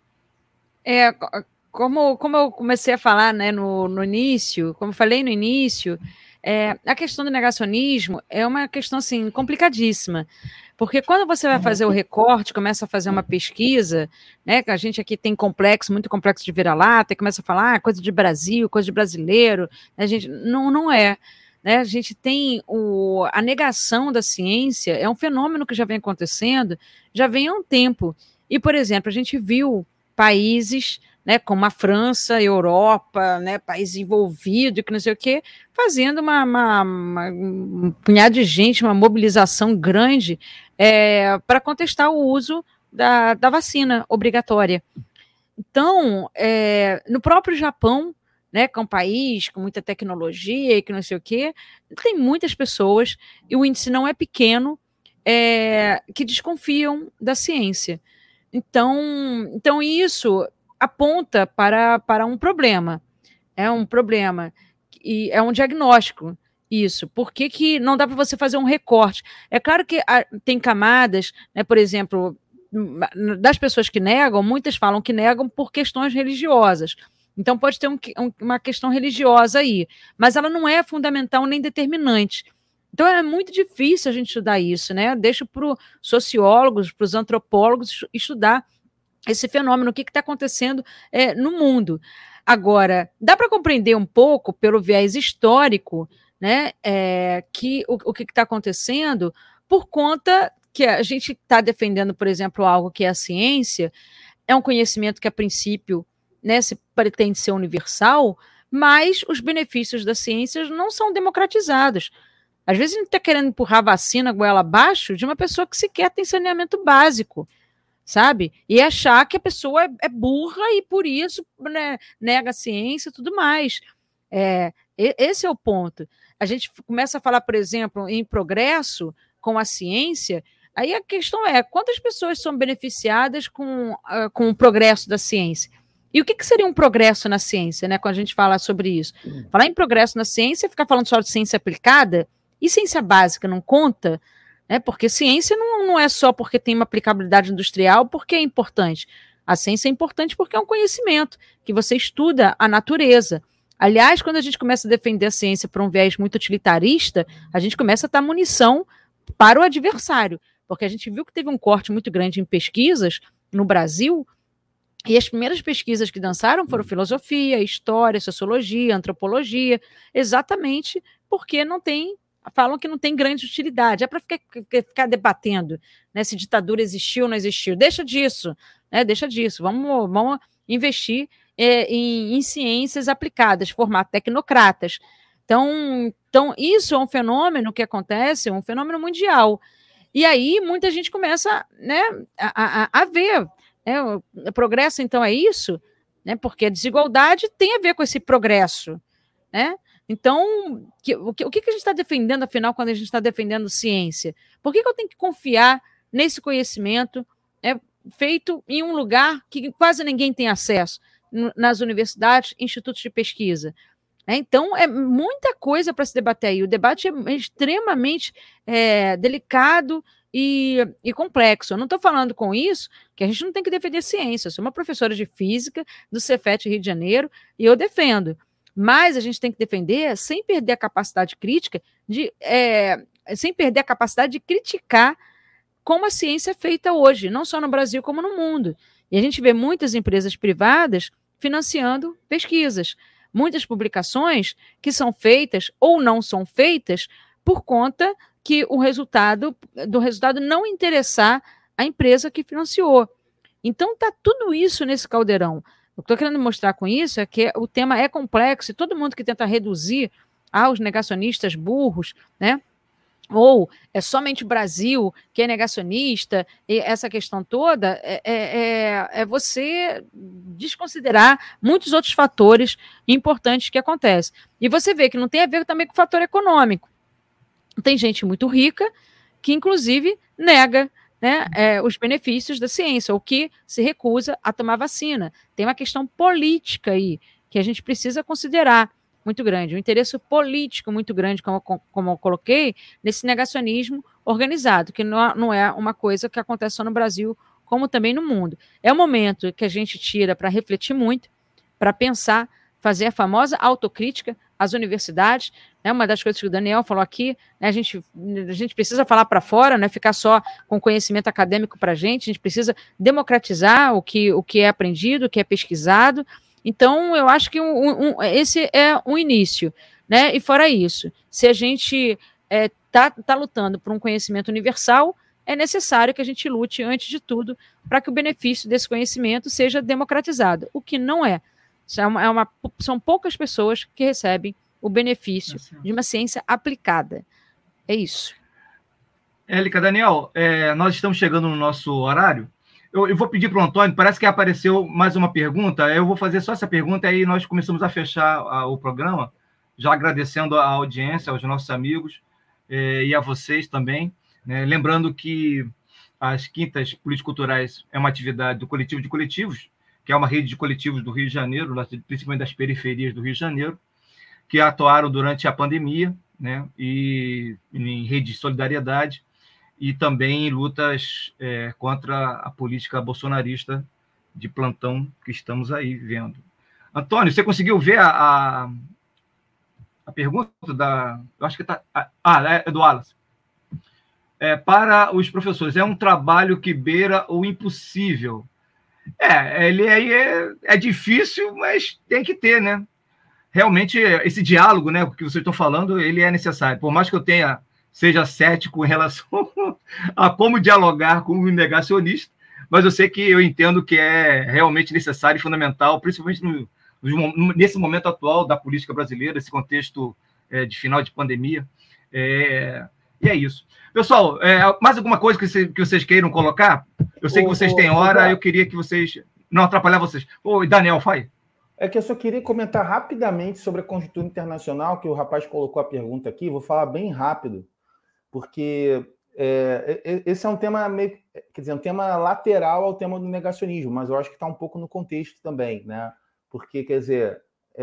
Como eu comecei a falar, né, no início, como eu falei no início, a questão do negacionismo é uma questão assim, complicadíssima. Porque quando você vai fazer o recorte, começa a fazer uma pesquisa, né, que a gente aqui tem muito complexo de vira-lata, e começa a falar coisa de Brasil, coisa de brasileiro, a gente não é. Né? A gente tem a negação da ciência, é um fenômeno que já vem acontecendo, já vem há um tempo. E, por exemplo, a gente viu países, né, como a França, a Europa, né, país envolvido, que não sei o quê, fazendo um punhado de gente, uma mobilização grande para contestar o uso da vacina obrigatória. Então, no próprio Japão, né, que é um país com muita tecnologia e que não sei o quê, tem muitas pessoas, e o índice não é pequeno, que desconfiam da ciência. Então isso aponta para um problema. É um problema. E é um diagnóstico, isso. Por que não dá para você fazer um recorte? É claro que tem camadas, né, por exemplo, das pessoas que negam, muitas falam que negam por questões religiosas. Então pode ter uma questão religiosa aí, mas ela não é fundamental nem determinante. Então é muito difícil a gente estudar isso, né? Deixo para os sociólogos, para os antropólogos estudar esse fenômeno, o que está acontecendo no mundo. Agora, dá para compreender um pouco pelo viés histórico, né, que o que está acontecendo por conta que a gente está defendendo, por exemplo, algo que é a ciência, é um conhecimento que, a princípio, né, se pretende ser universal, mas os benefícios da ciência não são democratizados. Às vezes a gente está querendo empurrar a vacina goela abaixo de uma pessoa que sequer tem saneamento básico, sabe? E achar que a pessoa é burra e, por isso, né, nega a ciência e tudo mais. Esse é o ponto. A gente começa a falar, por exemplo, em progresso com a ciência, aí a questão é quantas pessoas são beneficiadas com o progresso da ciência? E o que seria um progresso na ciência, né, quando a gente fala sobre isso? Falar em progresso na ciência, ficar falando só de ciência aplicada, e ciência básica não conta, né, porque ciência não é só porque tem uma aplicabilidade industrial, porque é importante. A ciência é importante porque é um conhecimento, que você estuda a natureza. Aliás, quando a gente começa a defender a ciência por um viés muito utilitarista, a gente começa a dar munição para o adversário, porque a gente viu que teve um corte muito grande em pesquisas no Brasil, e as primeiras pesquisas que dançaram foram filosofia, história, sociologia, antropologia, exatamente porque falam que não tem grande utilidade. É para ficar debatendo, né, se ditadura existiu ou não existiu. Deixa disso, né, deixa disso. Vamos investir em ciências aplicadas, formar tecnocratas. Então, isso é um fenômeno que acontece, é um fenômeno mundial. E aí muita gente começa, né, a ver. O progresso, então, é isso, né? Porque a desigualdade tem a ver com esse progresso, né? Então, o que a gente está defendendo, afinal, quando a gente está defendendo ciência? Por que eu tenho que confiar nesse conhecimento feito em um lugar que quase ninguém tem acesso, nas universidades, institutos de pesquisa? Então, é muita coisa para se debater aí. O debate é extremamente delicado e complexo. Eu não estou falando com isso que a gente não tem que defender ciência. Eu sou uma professora de física do Cefet Rio de Janeiro e eu defendo. Mas a gente tem que defender sem perder a capacidade crítica, sem perder a capacidade de criticar como a ciência é feita hoje, não só no Brasil como no mundo. E a gente vê muitas empresas privadas financiando pesquisas, muitas publicações que são feitas ou não são feitas por conta que do resultado não interessar a empresa que financiou. Então, está tudo isso nesse caldeirão. O que estou querendo mostrar com isso é que o tema é complexo e todo mundo que tenta reduzir aos negacionistas burros, né? Ou é somente o Brasil que é negacionista, e essa questão toda é você desconsiderar muitos outros fatores importantes que acontecem. E você vê que não tem a ver também com o fator econômico. Tem gente muito rica que, inclusive, nega, né, os benefícios da ciência, ou que se recusa a tomar vacina. Tem uma questão política aí que a gente precisa considerar muito grande, um interesse político muito grande, como eu coloquei, nesse negacionismo organizado, que não é uma coisa que acontece só no Brasil, como também no mundo. É um momento que a gente tira para refletir muito, para pensar, fazer a famosa autocrítica às universidades, né? Uma das coisas que o Daniel falou aqui, né, a gente precisa falar para fora, não é ficar só com conhecimento acadêmico para a gente precisa democratizar o que é aprendido, o que é pesquisado. Então, eu acho que esse é um início, né? E fora isso, se a gente tá lutando por um conhecimento universal, é necessário que a gente lute, antes de tudo, para que o benefício desse conhecimento seja democratizado, o que não é. São poucas pessoas que recebem o benefício de uma ciência aplicada. É isso. Élica, Daniel, nós estamos chegando no nosso horário. Eu vou pedir para o Antônio, parece que apareceu mais uma pergunta, eu vou fazer só essa pergunta, aí nós começamos a fechar o programa, já agradecendo a audiência, aos nossos amigos e a vocês também, né? Lembrando que as quintas político-culturais é uma atividade do Coletivo de Coletivos, que é uma rede de coletivos do Rio de Janeiro, principalmente das periferias do Rio de Janeiro, que atuaram durante a pandemia, né? E em rede de solidariedade, e também em lutas contra a política bolsonarista de plantão que estamos aí vendo. Antônio, você conseguiu ver a pergunta da... Eu acho que está... é do Wallace. Para os professores, é um trabalho que beira o impossível. Ele aí é difícil, mas tem que ter, né? realmente esse diálogo, né, que vocês estão falando, ele é necessário. Por mais que eu seja cético em relação a como dialogar com o negacionista, mas eu sei que eu entendo que é realmente necessário e fundamental, principalmente nesse momento atual da política brasileira, esse contexto de final de pandemia. E é isso. Pessoal, mais alguma coisa que vocês queiram colocar? Eu sei que vocês têm hora, eu queria que vocês... Não atrapalhar vocês. Daniel, vai. É que eu só queria comentar rapidamente sobre a conjuntura internacional, que o rapaz colocou a pergunta aqui. Vou falar bem rápido, porque esse é um tema meio, quer dizer, um tema lateral ao tema do negacionismo, mas eu acho que está um pouco no contexto também, né? Porque, quer dizer,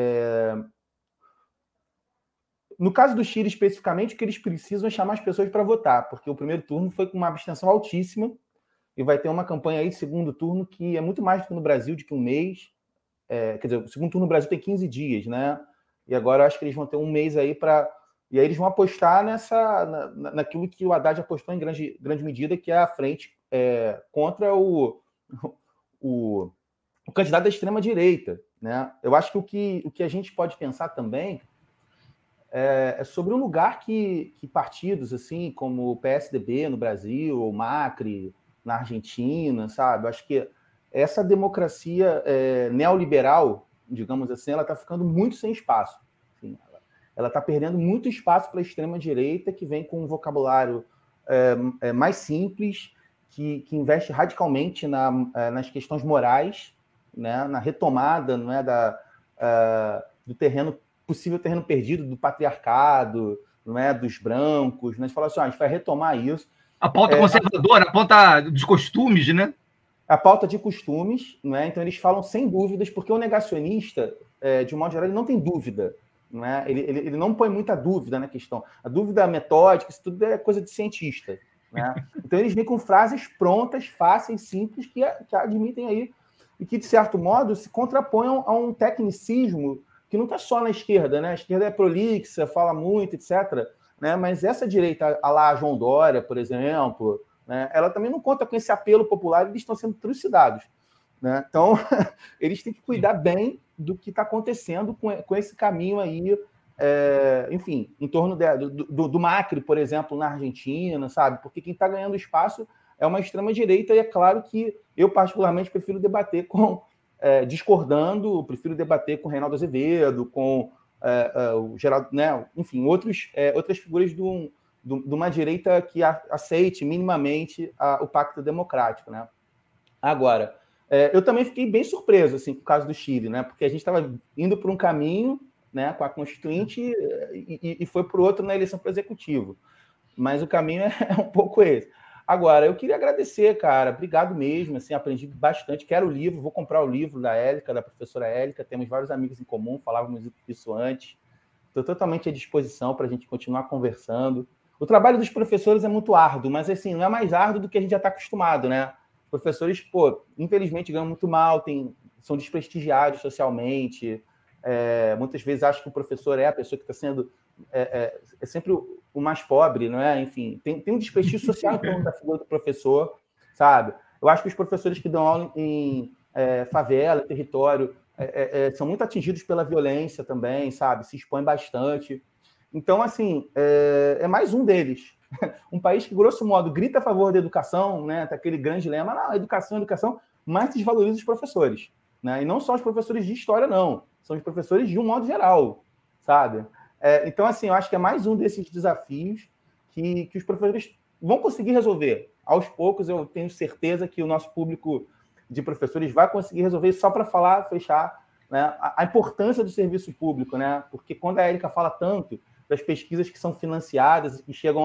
no caso do Chile especificamente, o que eles precisam é chamar as pessoas para votar, porque o primeiro turno foi com uma abstenção altíssima e vai ter uma campanha aí de segundo turno que é muito mais do que no Brasil, de que um mês. Quer dizer, o segundo turno no Brasil tem 15 dias, né? E agora eu acho que eles vão ter um mês aí para... E aí eles vão apostar naquilo que o Haddad apostou em grande medida, que é a frente contra o candidato da extrema-direita, né? Eu acho que o que a gente pode pensar também é sobre o lugar que partidos, assim, como o PSDB no Brasil, ou Macri na Argentina, sabe? Eu acho que essa democracia neoliberal, digamos assim, ela está ficando muito sem espaço. Assim, ela está perdendo muito espaço para a extrema-direita, que vem com um vocabulário mais simples, que investe radicalmente nas questões morais, né, na retomada, não é, do possível terreno perdido do patriarcado, não é, dos brancos. Né? A gente fala assim, a gente vai retomar isso. A pauta conservadora, a pauta dos costumes, né? A pauta de costumes, né? Então eles falam sem dúvidas, porque o negacionista, de um modo geral, ele não tem dúvida. Não é? Ele não põe muita dúvida na questão. A dúvida metódica, isso tudo é coisa de cientista. Né? Então eles vêm com frases prontas, fáceis, simples, que admitem aí, e que, de certo modo, se contrapõem a um tecnicismo que não está só na esquerda. Né? A esquerda é prolixa, fala muito, etc. Né? Mas essa direita, a lá João Dória, por exemplo, né? Ela também não conta com esse apelo popular, eles estão sendo trucidados. Né? Então, eles têm que cuidar bem do que está acontecendo com esse caminho aí, enfim, em torno do Macri, por exemplo, na Argentina, sabe? Porque quem está ganhando espaço é uma extrema-direita, e é claro que eu, particularmente, prefiro debater discordando, prefiro debater com o Reinaldo Azevedo, com o Geraldo, né? Enfim, outras figuras de uma direita que aceite minimamente o pacto democrático, né? Agora, eu também fiquei bem surpreso assim, com o caso do Chile, né? Porque a gente estava indo por um caminho, né, com a Constituinte e foi por outro na eleição para o Executivo. Mas o caminho é um pouco esse. Agora, eu queria agradecer, cara. Obrigado mesmo. Assim, aprendi bastante. Quero o livro, vou comprar o livro da Érica, da professora Érica. Temos vários amigos em comum, falávamos isso antes. Estou totalmente à disposição para a gente continuar conversando. O trabalho dos professores é muito árduo, mas assim, não é mais árduo do que a gente já está acostumado, né? Os professores, infelizmente, ganham muito mal, são desprestigiados socialmente. Muitas vezes acham que o professor é a pessoa que está sendo... É sempre o mais pobre, não é? Enfim, tem um desprestígio social em torno da figura do professor, sabe? Eu acho que os professores que dão aula em favela, território, são muito atingidos pela violência também, sabe? Se expõem bastante. Então, assim, é mais um deles. Um país que, grosso modo, grita a favor da educação, né? Tá aquele grande lema, não, educação, mas desvaloriza os professores. Né? E não só os professores de história, não. São os professores de um modo geral, sabe? Então, assim, eu acho que é mais um desses desafios que os professores vão conseguir resolver. Aos poucos, eu tenho certeza que o nosso público de professores vai conseguir resolver, só para fechar, né, a importância do serviço público, né? Porque quando a Érica fala tanto das pesquisas que são financiadas e que chegam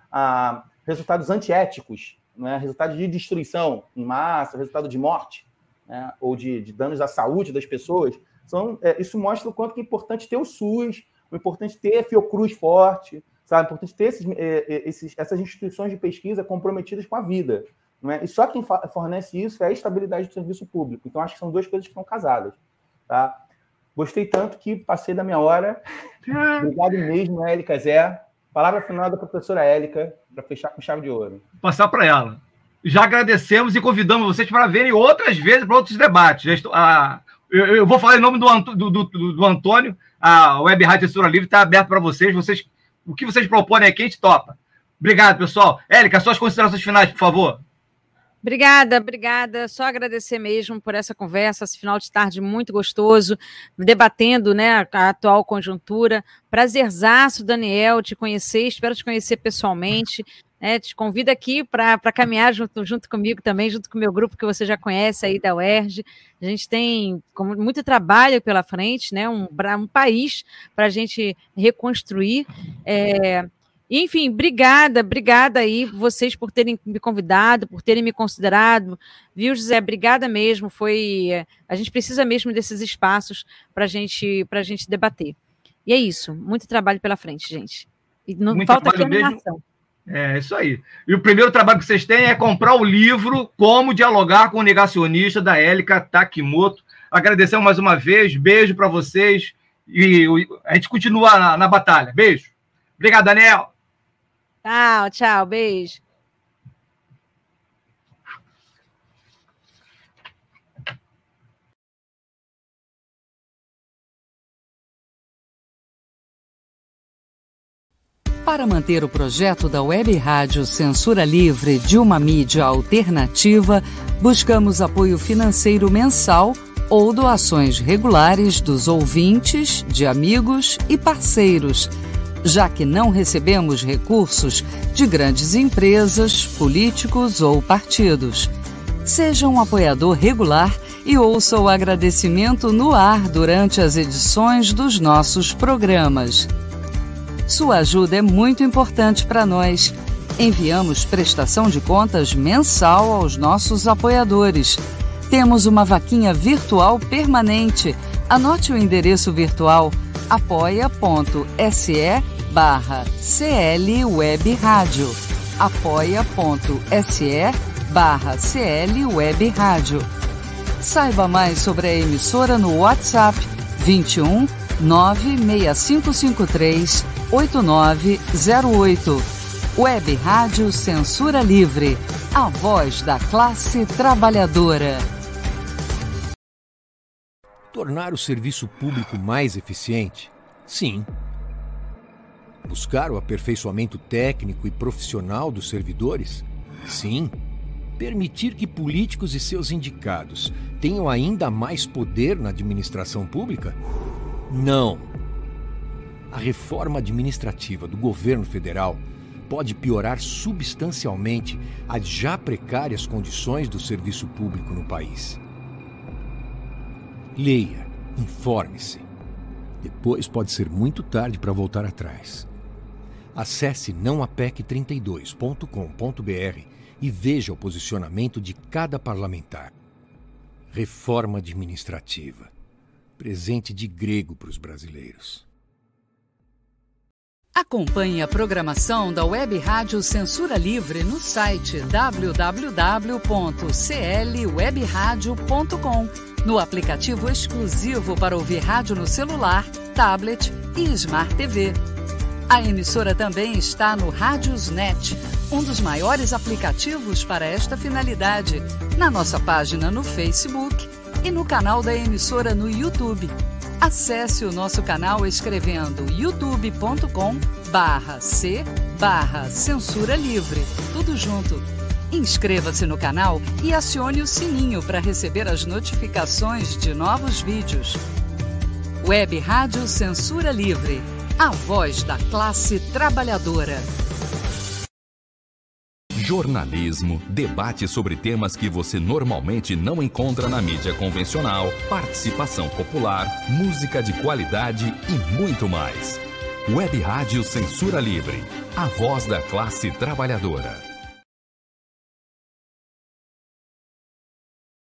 a resultados antiéticos, né? Resultados de destruição em massa, resultado de morte, né? Ou de danos à saúde das pessoas, isso mostra o quanto que é importante ter o SUS, o importante ter a Fiocruz forte, sabe? O importante ter essas instituições de pesquisa comprometidas com a vida. Não é? E só quem fornece isso é a estabilidade do serviço público. Então, acho que são duas coisas que estão casadas. Tá? Gostei tanto que passei da minha hora. Obrigado mesmo, Érica Zé. Palavra final da professora Érica, para fechar com chave de ouro. Passar para ela. Já agradecemos e convidamos vocês para verem outras vezes para outros debates. Eu vou falar em nome do Antônio, a Web Rádio Censura Livre está aberta para vocês. O que vocês proponem aqui, a gente topa. Obrigado, pessoal. Érica, suas considerações finais, por favor. Obrigada. Só agradecer mesmo por essa conversa, esse final de tarde muito gostoso, debatendo, né, a atual conjuntura. Prazerzaço, Daniel, te conhecer, espero te conhecer pessoalmente. Te convido aqui para caminhar junto comigo também, junto com o meu grupo que você já conhece aí da UERJ. A gente tem muito trabalho pela frente, né, um país para a gente reconstruir. Enfim, obrigada aí vocês por terem me convidado, por terem me considerado, viu, José? Obrigada mesmo, a gente precisa mesmo desses espaços para a gente debater. E é isso, muito trabalho pela frente, gente. E não muito falta aqui animação. É isso aí. E o primeiro trabalho que vocês têm é comprar o livro Como Dialogar com o Negacionista, da Érica Takimoto. Agradecemos mais uma vez, beijo para vocês e a gente continua na batalha. Beijo. Obrigado, Daniel. Tchau, beijo. Para manter o projeto da Web Rádio Censura Livre de uma mídia alternativa, buscamos apoio financeiro mensal ou doações regulares dos ouvintes, de amigos e parceiros, já que não recebemos recursos de grandes empresas, políticos ou partidos. Seja um apoiador regular e ouça o agradecimento no ar durante as edições dos nossos programas. Sua ajuda é muito importante para nós. Enviamos prestação de contas mensal aos nossos apoiadores. Temos uma vaquinha virtual permanente. Anote o endereço virtual apoia.se/CLWebRádio. apoia.se/CLWebRádio. Saiba mais sobre a emissora no WhatsApp 21 96553 8908. Web Rádio Censura Livre, a voz da classe trabalhadora. Tornar o serviço público mais eficiente? Sim. Buscar o aperfeiçoamento técnico e profissional dos servidores? Sim. Permitir que políticos e seus indicados tenham ainda mais poder na administração pública? Não. A reforma administrativa do governo federal pode piorar substancialmente as já precárias condições do serviço público no país. Leia, informe-se. Depois pode ser muito tarde para voltar atrás. Acesse nãoapec32.com.br e veja o posicionamento de cada parlamentar. Reforma administrativa. Presente de grego para os brasileiros. Acompanhe a programação da Web Rádio Censura Livre no site www.clwebradio.com, no aplicativo exclusivo para ouvir rádio no celular, tablet e Smart TV. A emissora também está no Radiosnet, um dos maiores aplicativos para esta finalidade, na nossa página no Facebook e no canal da emissora no YouTube. Acesse o nosso canal escrevendo youtube.com/c/censura livre, tudo junto. Inscreva-se no canal e acione o sininho para receber as notificações de novos vídeos. Web Rádio Censura Livre, a voz da classe trabalhadora. Jornalismo, debate sobre temas que você normalmente não encontra na mídia convencional, participação popular, música de qualidade e muito mais. Web Rádio Censura Livre, a voz da classe trabalhadora.